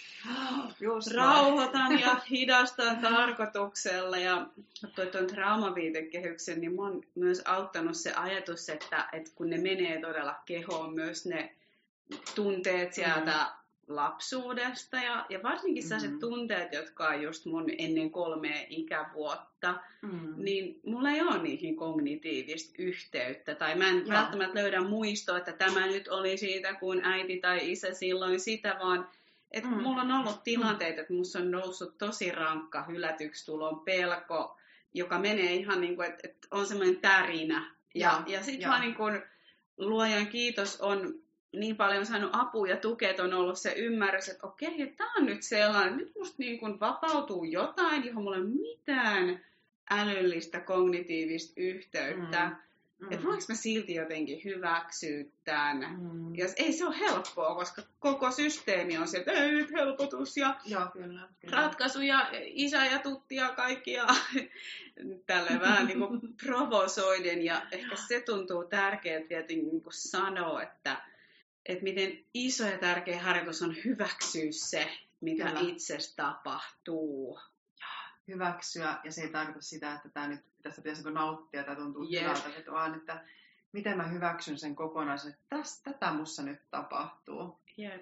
rauhoitan ja hidastan tarkoituksella. Ja tuon traumaviitekehyksen, niin mun on myös auttanut se ajatus, että kun ne menee todella kehoon, myös ne tunteet sieltä lapsuudesta ja varsinkin sellaiset tunteet, jotka on just mun ennen 3 ikävuotta, niin mulla ei ole niihin kognitiivista yhteyttä. Tai mä en välttämättä löydä muistoa, että tämä nyt oli siitä, kun äiti tai isä silloin sitä, vaan että mulla on ollut tilanteita, että musta on noussut tosi rankka hylätyksi tulon pelko, joka menee ihan niin kuin, että on semmoinen tärinä. Ja sitten vaan niin kuin luojan kiitos on niin paljon saanut apua ja tukea, että on ollut se ymmärrys, että okei, tämä on nyt sellainen, nyt musta niin kuin vapautuu jotain, johon mulla ei ole mitään älyllistä kognitiivista yhteyttä. Että voinko mä silti jotenkin hyväksyä tämän? Ja ei se ole helppoa, koska koko systeemi on se, että ei nyt helpotus ja kyllä. ratkaisu ja isä ja tutti ja kaikki ja tälleen vähän niin kuin provosoiden. Ja ehkä se tuntuu tärkeältä tietenkin niin kuin sanoa, että miten iso ja tärkeä harjoitus on hyväksyä se, mitä itsessä tapahtuu. Hyväksyä, ja se ei tarkoita sitä, että tämä nyt tästä pitäisi nauttia tai tuntuu hyvältä, vaan että miten mä hyväksyn sen kokonaisen, että tätä musta nyt tapahtuu.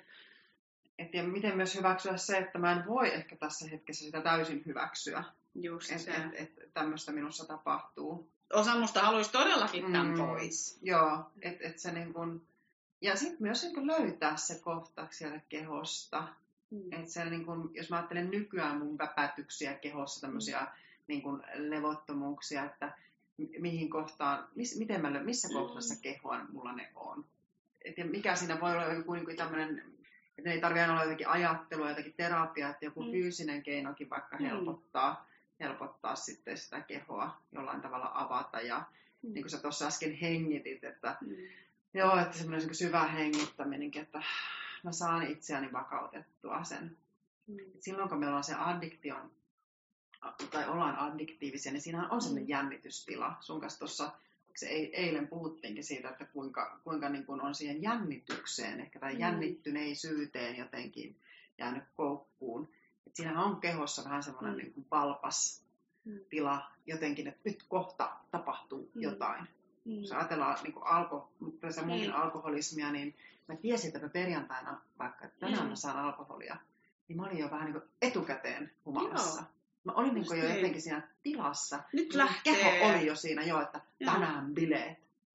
Ja miten myös hyväksyä se, että mä en voi ehkä tässä hetkessä sitä täysin hyväksyä. Just se. Että tämmöistä minussa tapahtuu. Osa musta haluaisi todellakin tämän pois. Joo, että se niin kuin, ja sitten myös niin kuin löytää se kohta sieltä kehosta. Että se, niin kun, jos mä ajattelen nykyään mun väpätyksiä kehossa, tämmöisiä niin kun levottomuuksia, että mihin kohtaan, missä kohdassa kehoa mulla ne on. Ja mikä siinä voi olla joku niin tämmöinen, että ei tarvitse aina olla jotakin ajattelua, jotakin terapiaa, että joku fyysinen keinokin vaikka helpottaa sitten sitä kehoa jollain tavalla avata. Ja niin kuin sä tuossa äsken hengitit, että että semmoinen niin syvä hengittäminenkin, että mä saan itseäni vakautettua sen. Silloin kun meillä on se addiktion, tai ollaan addiktiivisia, niin siinähän on sellainen jännitystila. Sun kanssa tuossa eilen puhuttiinkin siitä, että kuinka niin kuin on siihen jännitykseen, ehkä tai jännittyneisyyteen jotenkin jäänyt koukkuun. Et siinähän on kehossa vähän semmoinen niin kuin valpas tila jotenkin, että nyt kohta tapahtuu jotain. Jos ajatellaan niin kuin muihin alkoholismia, niin mä tiesin, että mä perjantaina, vaikka tänään mä saan alkoholia, niin mä olin jo vähän niin kuin etukäteen humalassa. Mä olin niin kuin jo jotenkin siinä tilassa. Nyt lähtee. Keho oli jo siinä jo, että tänään bileet.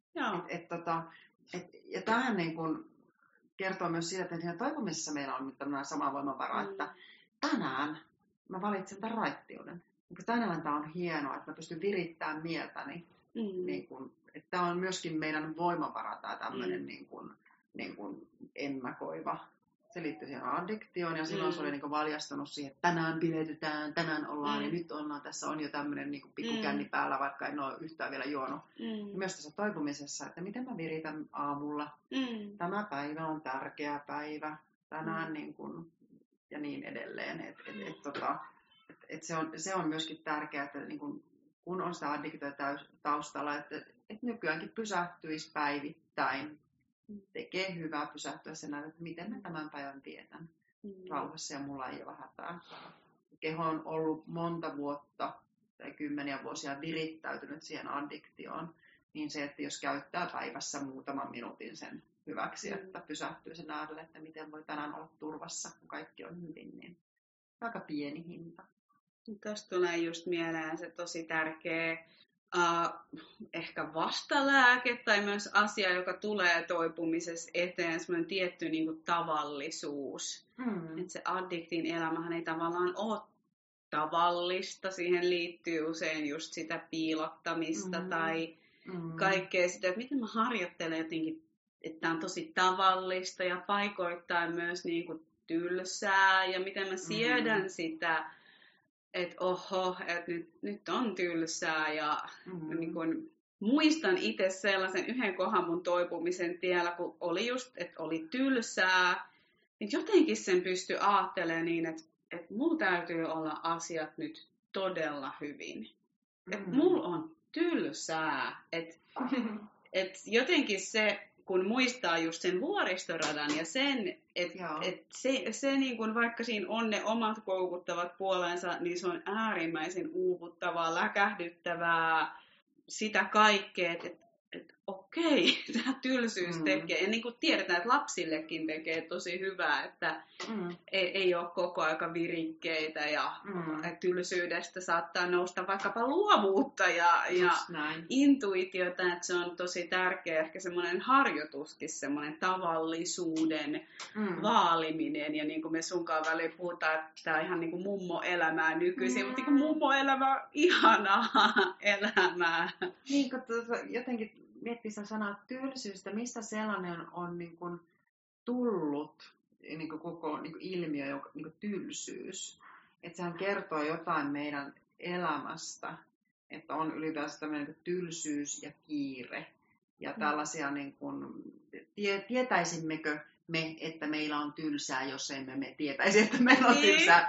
Ja tämähän niin kuin kertoo myös siitä, että siinä toipumisessa meillä on nyt tämmöinen sama voimavara, että tänään mä valitsen tämän raittiuden. Tänään tämä on hienoa, että mä pystyn virittämään mieltäni. Niin kuin, että tämä on myöskin meidän voimavara, tämä tämmöinen niin kuin ennakoiva. Se liittyy siihen addiktioon ja silloin se oli niin kuin valjastunut siihen, että tänään biletytään, tänään ollaan ja nyt ollaan. Tässä on jo tämmöinen niin kuin pikkukänni päällä, vaikka en ole yhtään vielä juonut. Ja myös tässä toipumisessa, että miten mä viritän aamulla. Tämä päivä on tärkeä päivä. Tänään niin kuin, ja niin edelleen. Se on myöskin tärkeää, että niin kuin, kun on sitä addiktiota taustalla, että nykyäänkin pysähtyisi päivittäin. Tekee hyvää pysähtyä sen ajan, että miten mä tämän päivän vietän rauhassa ja mulla ei ole hätää. Keho on ollut monta vuotta tai 10 vuosia virittäytynyt siihen addiktioon, niin se, että jos käyttää päivässä muutaman minuutin sen hyväksi, että pysähtyy sen äärelle, että miten voi tänään olla turvassa, kun kaikki on hyvin, niin aika pieni hinta. Tuosta tulee just mieleen se tosi tärkeä ehkä vastalääke tai myös asia, joka tulee toipumisessa eteen, semmoinen tietty niin kuin tavallisuus. Että se addiktin elämähän ei tavallaan ole tavallista. Siihen liittyy usein just sitä piilottamista tai kaikkea sitä, että miten mä harjoittelen jotenkin, että tämä on tosi tavallista ja paikoittain myös niin kuin tylsää ja miten mä siedän sitä, että oho, että nyt on tylsää ja niin kuin, muistan itse sellaisen yhden kohan mun toipumisen tiellä, kun oli just, että oli tylsää, niin jotenkin sen pystyi ajattelemaan niin, että mulla täytyy olla asiat nyt todella hyvin. Että mulla on tylsää. Että jotenkin se, kun muistaa just sen vuoristoradan ja sen, että se niin kun vaikka siinä on ne omat koukuttavat puolensa, niin se on äärimmäisen uuvuttavaa, läkähdyttävää, sitä kaikkea, että okei, tämä tylsyys tekee. Ja niin kuin tiedetään, että lapsillekin tekee tosi hyvää, että ei ole koko aika virikkeitä ja tylsyydestä saattaa nousta vaikkapa luovuutta ja intuitiota, että se on tosi tärkeä, ehkä semmoinen harjoituskin, semmoinen tavallisuuden vaaliminen. Ja niin kuin me sunkaan väliin puhutaan, että tämä on ihan niin kuin mummo-elämää nykyisin, mutta niin kuin mummo-elämä on ihanaa elämää. Niin kuin jotenkin miettii sitä sanaa tylsyystä, mistä sellainen on niin kuin tullut niin kuin koko niin kuin ilmiö, niin kuin tylsyys. Että sehän kertoo jotain meidän elämästä, että on ylipäänsä tämmöinen niin kuin tylsyys ja kiire. Ja tällaisia, niin kuin, tietäisimmekö me, että meillä on tylsää, jos emme me tietäisi, että meillä on tylsää.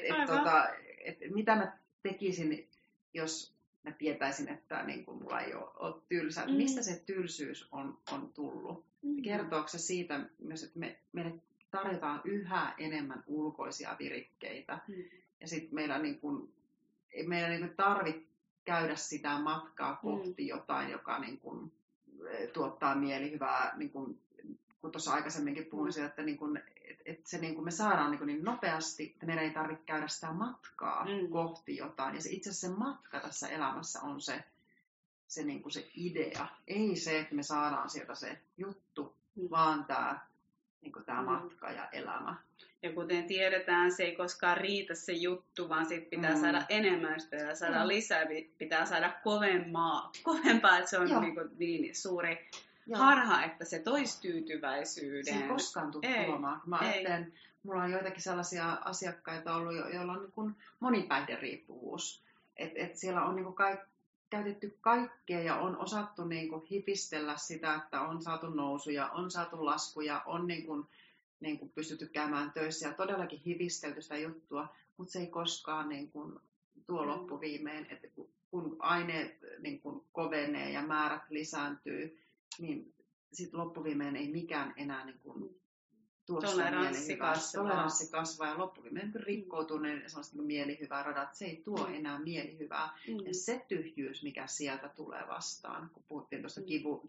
Mitä mä tekisin, jos mä tietäisin, että niin kuin mulla ei ole tylsää. Mistä se tylsyys on tullut? Kertooko se siitä myös, että meille tarjotaan yhä enemmän ulkoisia virikkeitä. Ja sitten meillä niin kuin tarvitse käydä sitä matkaa kohti jotain, joka niin kuin tuottaa mielihyvää. Niin kuin, kun tuossa aikaisemminkin puhuin siitä, että niin kuin, että se niin kuin me saadaan niin nopeasti, että meidän ei tarvitse käydä sitä matkaa kohti jotain. Ja se, itse asiassa se matka tässä elämässä on se, niin kuin se idea. Ei se, että me saadaan sieltä se juttu, vaan tämä, niin kuin tämä matka ja elämä. Ja kuten tiedetään, se ei koskaan riitä se juttu, vaan sit pitää saada enemmän sitä ja saada lisää, pitää saada kovempaa, että se on niin suuri harha, että se toisi tyytyväisyyden. Se ei koskaan tule tuomaan. Mä ajattelen, mulla on joitakin sellaisia asiakkaita ollut, joilla on niin kuin monipäihderiippuvuus. Et siellä on niin kuin käytetty kaikkea ja on osattu niin kuin hifistellä sitä, että on saatu nousuja, on saatu laskuja, on niin kuin pystytty käymään töissä ja todellakin hivistelty sitä juttua, mutta se ei koskaan niin kuin tuo loppuviimeen, että kun aineet niin kuin kovenee ja määrät lisääntyy, niin sitten loppuviimeen ei mikään enää niin kuin tuo sitä mielihyvää. Toleranssi kasvaa ja loppuviimeen niin rikkoutuu ne sellaiset mielihyvää radat. Se ei tuo enää mielihyvää. Ja se tyhjyys, mikä sieltä tulee vastaan, kun puhuttiin tuosta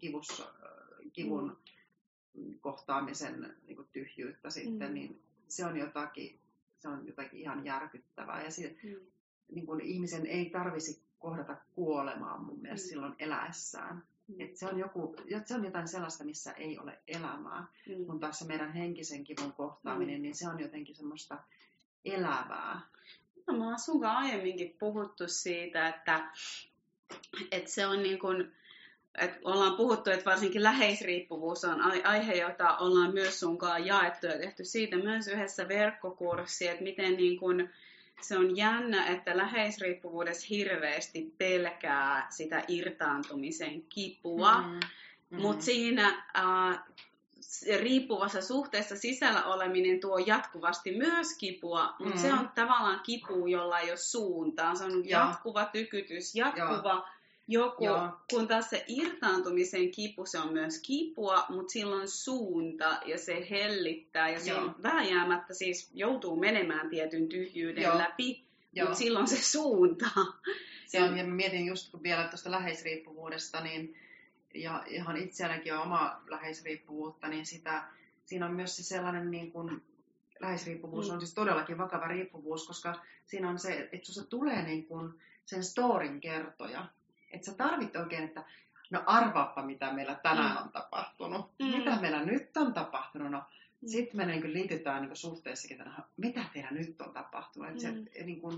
kivun kohtaamisen niin kuin tyhjyyttä sitten, niin se on jotakin ihan järkyttävää. Ja niin kuin ihmisen ei tarvisi kohdata kuolemaa mun mielestä silloin eläessään. Että se on jotain sellaista, missä ei ole elämää. Kun taas se meidän henkisen kivun kohtaaminen, niin se on jotenkin semmoista elävää. No, mä oon sunkaan aiemminkin puhuttu siitä, että se on niin kuin, että ollaan puhuttu, että varsinkin läheisriippuvuus on aihe, jota ollaan myös sunkaan jaettu ja tehty siitä myös yhdessä verkkokurssi, että miten niin kuin se on jännä, että läheisriippuvuudessa hirveästi pelkää sitä irtaantumisen kipua, mutta siinä riippuvassa suhteessa sisällä oleminen tuo jatkuvasti myös kipua, mutta se on tavallaan kipu, jolla ei ole suuntaa. Se on jatkuva tykytys, jatkuva kun taas se irtaantumisen kipu, se on myös kipua, mutta silloin on suunta ja se hellittää ja se on vääjäämättä siis joutuu menemään tietyn tyhjyyden läpi, mutta silloin se suunta. Se on, ja mietin just kun vielä tuosta läheisriippuvuudesta, niin ja ihan itselläkin on oma läheisriippuvuutta, niin siinä on myös se sellainen niin kuin, läheisriippuvuus on siis todellakin vakava riippuvuus, koska siinä on se, että se tulee niin kuin sen storin kertoja. Että sä tarvit oikein, että no arvaappa mitä meillä tänään on tapahtunut. Mitä meillä nyt on tapahtunut. No, sitten me niin kuin liitytään niin kuin suhteessakin, että mitä teillä nyt on tapahtunut. Että se, niin kuin,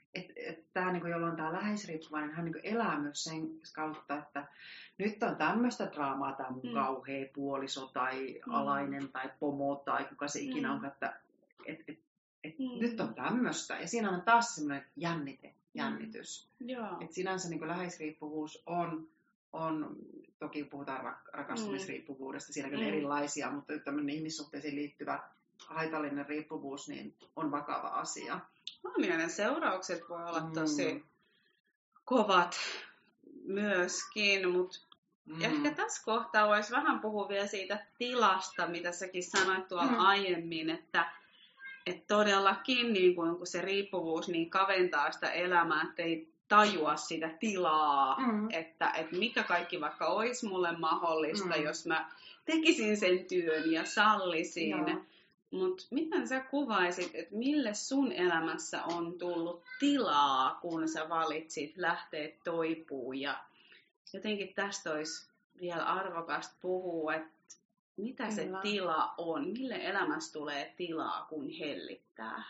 Tämä, niin jolloin tämä läheisriippuvainen, hän niin elää myös sen kautta, että nyt on tämmöistä draamaa, tämä mun kauhea puoliso tai alainen tai pomo tai kuka se ikinä on, että nyt on tämmöistä. Ja siinä on taas semmoinen jännitys. Että sinänsä niin läheisriippuvuus on, toki puhutaan rakastumisriippuvuudesta, siinäkin on erilaisia, mutta tämmöinen ihmissuhteisiin liittyvä haitallinen riippuvuus niin on vakava asia. Huomioiden seuraukset voi olla tosi kovat myöskin, mutta ehkä tässä kohtaa voisi vähän puhua vielä siitä tilasta, mitä säkin sanoit tuolla aiemmin, että todellakin niin kun se riippuvuus niin kaventaa sitä elämää, että ei tajua sitä tilaa, että mikä kaikki vaikka olisi mulle mahdollista, jos mä tekisin sen työn ja sallisin. Mutta miten sä kuvaisit, että mille sun elämässä on tullut tilaa, kun sä valitsit lähteä toipuun? Ja jotenkin tästä olisi vielä arvokasta puhua, että mitä se tila on? Mille elämässä tulee tilaa, kun hellittää?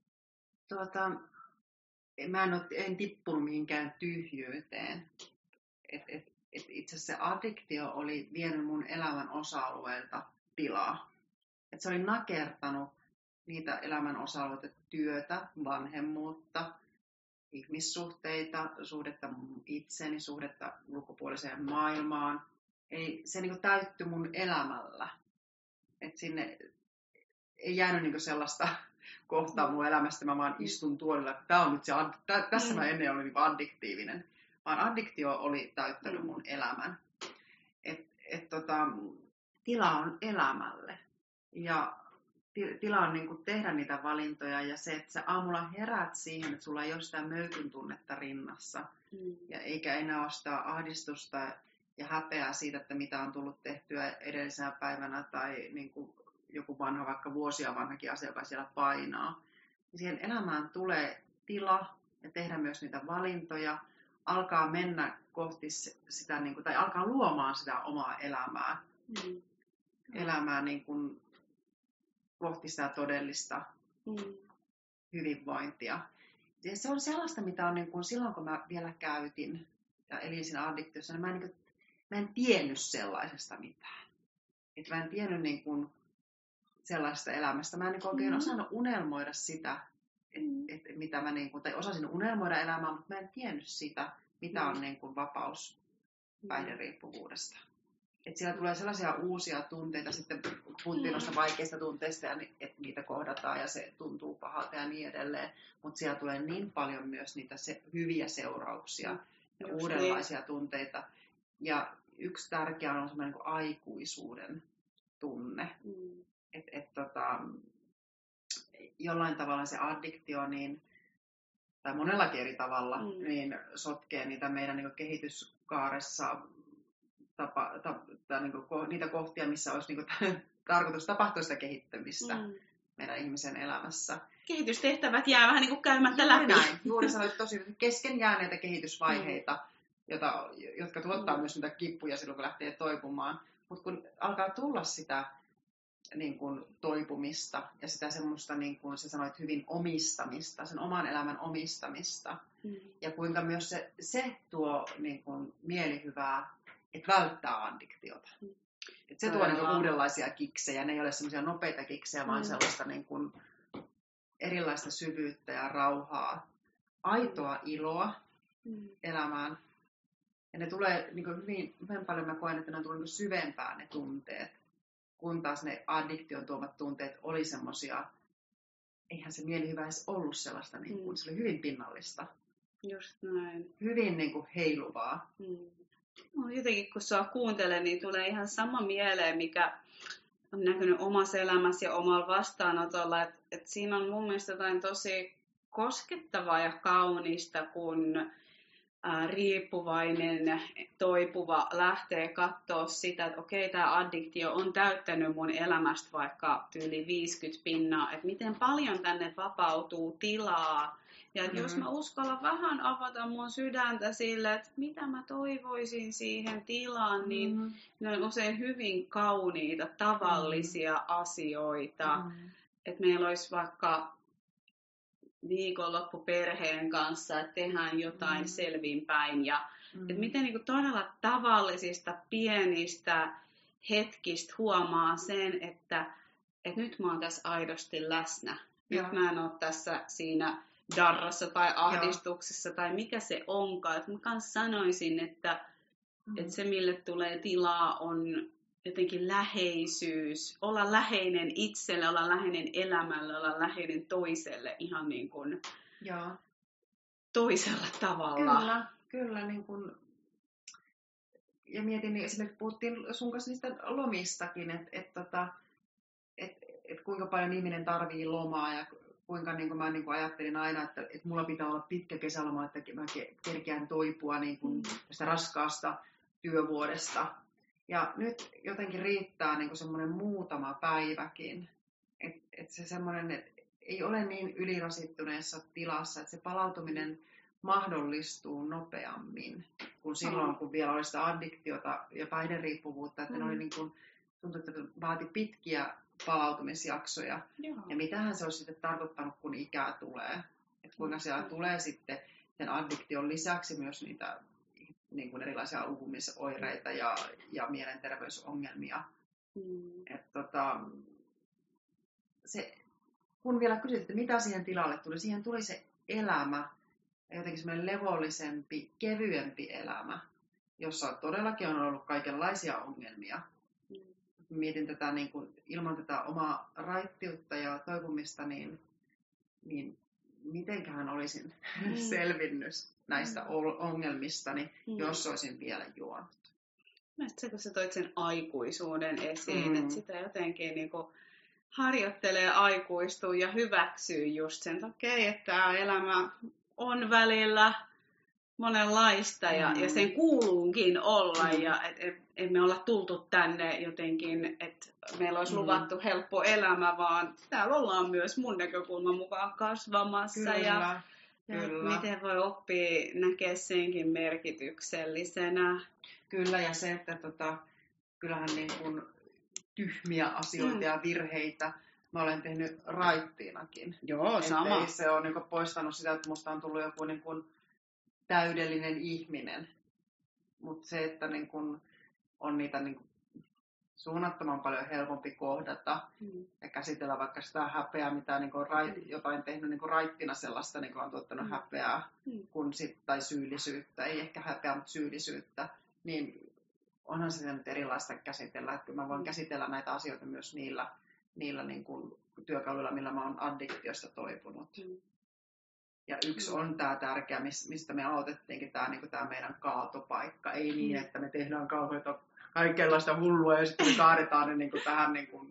Mä en tippunut mihinkään tyhjyyteen. Itse asiassa se addiktio oli vienyt mun elämän osa-alueelta tilaa. Et se oli nakertanut niitä elämän osa-alueita, työtä, vanhemmuutta, ihmissuhteita, suhdetta itseni, suhdetta ulkopuoliseen maailmaan. Eli se niin kuin täyttyi mun elämällä. Et sinne ei jäänyt niin kuin sellaista kohtaa mun elämästä, mä vaan istun tuolilla. Tää on nyt se, tässä mä ennen olin niin addiktiivinen. Vaan addiktio oli täyttänyt mun elämän. Tila on elämälle. Ja tila on niin kuin tehdä niitä valintoja ja se, että sä aamulla heräät siihen, että sulla ei ole sitä möykyn tunnetta rinnassa. Ja eikä enää ole sitä ahdistusta ja häpeää siitä, että mitä on tullut tehtyä edellisenä päivänä tai niin kuin joku vanha, vaikka vuosia vanhakin asia, joka siellä painaa. Ja siihen elämään tulee tila ja tehdä myös niitä valintoja, alkaa mennä kohti sitä, niin kuin, tai alkaa luomaan sitä omaa elämää. Elämää niin kuin kohti sitä todellista hyvinvointia. Ja se on sellaista, mitä on niin kuin, silloin, kun mä vielä käytin ja elin siinä addiktiossa, niin mä en tiennyt sellaisesta mitään. Et mä en tiennyt niin kuin sellaisesta elämästä. Mä en niin oikein osannut unelmoida sitä, että mitä mä niin kuin, tai osasin unelmoida elämää, mutta mä en tiennyt sitä, mitä on niin kuin vapaus päihderiippuvuudesta. Että siellä tulee sellaisia uusia tunteita, sitten puhuttiin noista vaikeista tunteista, että niitä kohdataan ja se tuntuu pahalta ja niin edelleen. Mutta siellä tulee niin paljon myös niitä hyviä seurauksia ja uudenlaisia tunteita. Ja yksi tärkeä on semmoinen niin kuin aikuisuuden tunne. Jollain tavalla se addiktio, niin, tai monellakin eri tavalla, niin sotkee niitä meidän niin kuin kehityskaaressa niin kuin, niitä kohtia, missä olisi niin kuin, tarkoitus tapahtua sitä kehittymistä meidän ihmisen elämässä. Kehitystehtävät jää vähän niin kuin käymättä läpi. Näin. Juuri sanoit tosi kesken jääneitä kehitysvaiheita, jotka tuottaa myös niitä kippuja silloin, kun lähtee toipumaan. Mutta kun alkaa tulla sitä niin kuin, toipumista ja sitä semmoista, niin kuin sä sanoit, hyvin omistamista, sen oman elämän omistamista. Ja kuinka myös se tuo niin kuin, mielihyvää, että välttää addiktiota. Et se tuo niin kuin, uudenlaisia kiksejä. Ne ei ole semmoisia nopeita kiksejä, vaan sellaista niin kuin, erilaista syvyyttä ja rauhaa, aitoa iloa elämään. Ja ne tulee niin kuin, hyvin paljon, mä koen, että ne on tullut niin kuin, syvempään ne tunteet. Kun taas ne addiktion tuomat tunteet oli semmoisia, eihän se mielihyvä edes ollut sellaista, niin kuin, se oli hyvin pinnallista. Just näin. Hyvin niin kuin, heiluvaa. No, jotenkin kun sua kuuntelen, niin tulee ihan sama mieleen, mikä on näkynyt omassa elämässä ja omalla vastaanotolla. Että siinä on mun mielestä jotain tosi koskettavaa ja kaunista, kun riippuvainen, toipuva lähtee katsoa sitä, että okei, tämä addiktio on täyttänyt mun elämästä vaikka yli 50%, että miten paljon tänne vapautuu tilaa. Ja että jos mä uskallan vähän avata mun sydäntä sille, että mitä mä toivoisin siihen tilaan, niin ne on usein hyvin kauniita, tavallisia asioita. Että meillä olisi vaikka viikonloppu perheen kanssa, että tehdään jotain selvinpäin. Ja että miten niin kuin todella tavallisista, pienistä hetkistä huomaa sen, että nyt mä oon tässä aidosti läsnä. Nyt mä en ole tässä siinä darrassa tai ahdistuksessa tai mikä se onkaan. Että mä kans sanoisin, että se mille tulee tilaa on jotenkin läheisyys, olla läheinen itselle, olla läheinen elämälle, olla läheinen toiselle ihan niin kuin toisella tavalla. Kyllä niin kuin, ja mietin, niin esimerkiksi puhuttiin sun kanssa niistä lomistakin, että kuinka paljon ihminen tarvii lomaa ja kuinka niin kuin mä niin kuin ajattelin aina, että mulla pitää olla pitkä kesäloma, että mä kerkeän toipua niin kuin tästä raskaasta työvuodesta. Ja nyt jotenkin riittää niin kuin semmoinen muutama päiväkin, että se semmoinen, että ei ole niin ylirasittuneessa tilassa, että se palautuminen mahdollistuu nopeammin kuin silloin, kun vielä oli sitä addiktiota ja päihderiippuvuutta, että ne oli niin kuin, tuntui, että vaati pitkiä palautumisjaksoja. Ja mitähän se olisi sitten tarkoittanut, kun ikää tulee. Että kuinka siellä tulee sitten sen addiktion lisäksi myös niitä niin kuin erilaisia uupumisoireita ja mielenterveysongelmia. Kun vielä kysyt, että mitä siihen tilalle tuli, siihen tuli se elämä ja jotenkin semmoinen levollisempi, kevyempi elämä, jossa todellakin on ollut kaikenlaisia ongelmia. Mietin tätä niin kuin, ilman tätä omaa raittiutta ja toipumista, niin mitenköhän olisin selvinnyt näistä ongelmistani, jos olisin vielä juonut. Mielestäni se, kun sä toit sen aikuisuuden esiin, että sitä jotenkin niin kuin harjoittelee aikuistua ja hyväksyy just sen, että okei, että tämä elämä on välillä monenlaista ja sen kuuluukin olla ja et me olla tultu tänne jotenkin, että meillä olisi luvattu helppo elämä, vaan täällä ollaan myös mun näkökulman mukaan kasvamassa. Kyllä. Miten voi oppia näkee senkin merkityksellisenä. Kyllä, ja se, että kyllähän niin kuin tyhmiä asioita ja virheitä mä olen tehnyt raittiinakin. Joo, sama. Ei se ole niin kuin poistanut sitä, että musta on tullut joku niin kuin täydellinen ihminen. Mutta se, että niin kun on niitä niin kun suunnattoman paljon helpompi kohdata ja käsitellä vaikka sitä häpeää, mitä niin kun jotain tehnyt niin kun raittina sellaista, niin kun on tuottanut häpeää tai syyllisyyttä, ei ehkä häpeää, mutta syyllisyyttä, niin onhan se nyt erilaista käsitellä. Että mä voin käsitellä näitä asioita myös niillä niin kun työkaluilla, millä mä oon addiktiosta toipunut. Ja yksi on tämä tärkeä, mistä me aloitettiinkin, tämä niin meidän kaatopaikka. Ei niin, että me tehdään kauheita kaikenlaista hullua ja sitten me kaadetaan ne niin tähän niin kuin,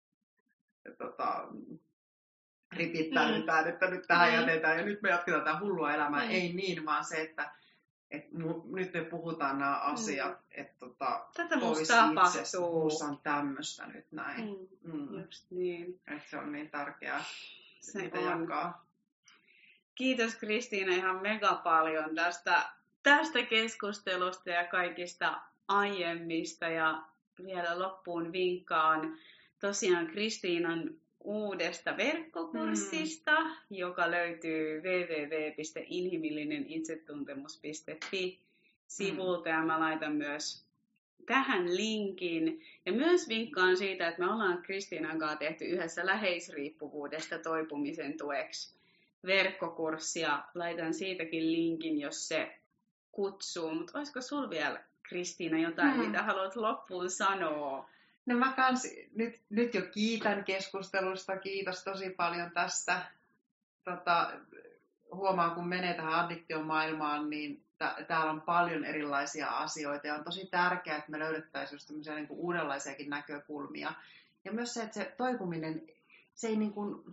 ripittäydytään, että nyt tähän jätetään ja nyt me jatketaan tätä hullua elämää. Ei niin, vaan se, että nyt me puhutaan nämä asiat, että tätä musta tapahtuu. Musta on tämmöistä nyt näin. Just niin. Että se on niin tärkeää, mitä jakaa. Kiitos Kristiina ihan mega paljon tästä keskustelusta ja kaikista aiemmista. Ja vielä loppuun vinkkaan tosiaan Kristiinan uudesta verkkokurssista, joka löytyy www.inhimillinenitsetuntemus.fi sivulta. Ja mä laitan myös tähän linkin. Ja myös vinkkaan siitä, että me ollaan Kristiinan kanssa tehty yhdessä läheisriippuvuudesta toipumisen tueksi verkkokurssia. Laitan siitäkin linkin, jos se kutsuu. Mutta olisiko sulla vielä, Kristiina, jotain, mitä haluat loppuun sanoa? No mä kans nyt jo kiitän keskustelusta. Kiitos tosi paljon tästä. Huomaa, kun menee tähän addiktiomaailmaan, niin täällä on paljon erilaisia asioita. Ja on tosi tärkeää, että me löydettäisiin just tämmöisiä niin kuin uudenlaisiakin näkökulmia. Ja myös se, että se toipuminen, se ei niin kuin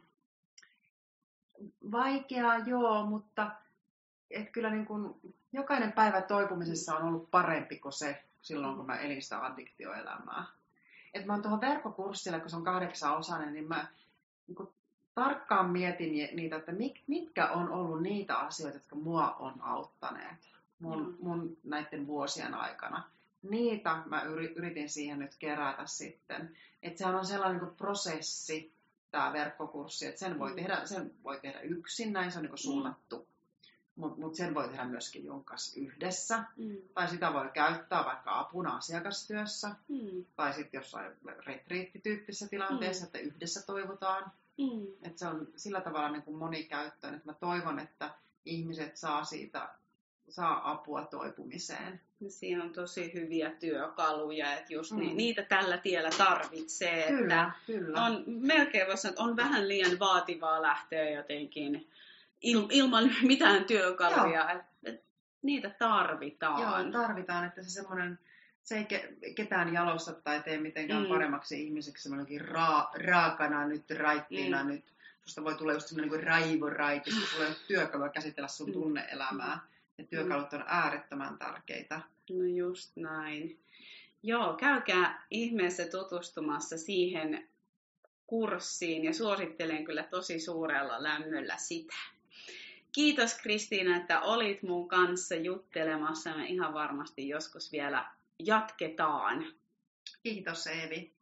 vaikeaa, joo, mutta et kyllä niin kuin jokainen päivä toipumisessa on ollut parempi kuin se silloin, kun mä elin sitä addiktioelämää. Et mä oon tuohon verkkokurssille, kun se on 8-osainen, niin mä niin kuin tarkkaan mietin niitä, että mitkä on ollut niitä asioita, jotka mua on auttaneet mun näiden vuosien aikana. Niitä mä yritin siihen nyt kerätä sitten. Että sehän on sellainen niin kuin prosessi, tämä verkkokurssi, että sen voi tehdä yksin, näin se on niin suunnattu. Mutta sen voi tehdä myöskin junkas yhdessä. Tai sitä voi käyttää vaikka apuna asiakastyössä. Tai sitten jossain retriittityyppisessä tilanteessa, että yhdessä toivotaan. Että se on sillä tavalla niin kuin monikäyttöön, että mä toivon, että ihmiset saa apua toipumiseen. Siinä on tosi hyviä työkaluja, että just niitä tällä tiellä tarvitsee. Kyllä. On melkein voisi sanoa, että on vähän liian vaativaa lähteä jotenkin ilman mitään työkaluja. Että niitä tarvitaan. Joo, tarvitaan, että se ei ketään jalosta tai tee mitenkään paremmaksi ihmiseksi semmoinenkin raakana nyt, raittiina nyt. Susta voi tulla just semmoinen niin kuin raivoraitis, kun sulla ei ole työkalua käsitellä sun tunne-elämää. Ja työkalut on äärettömän tärkeitä. No just näin. Joo, käykää ihmeessä tutustumassa siihen kurssiin ja suosittelen kyllä tosi suurella lämmöllä sitä. Kiitos Kristiina, että olit mun kanssa juttelemassa. Me ihan varmasti joskus vielä jatketaan. Kiitos Eevi.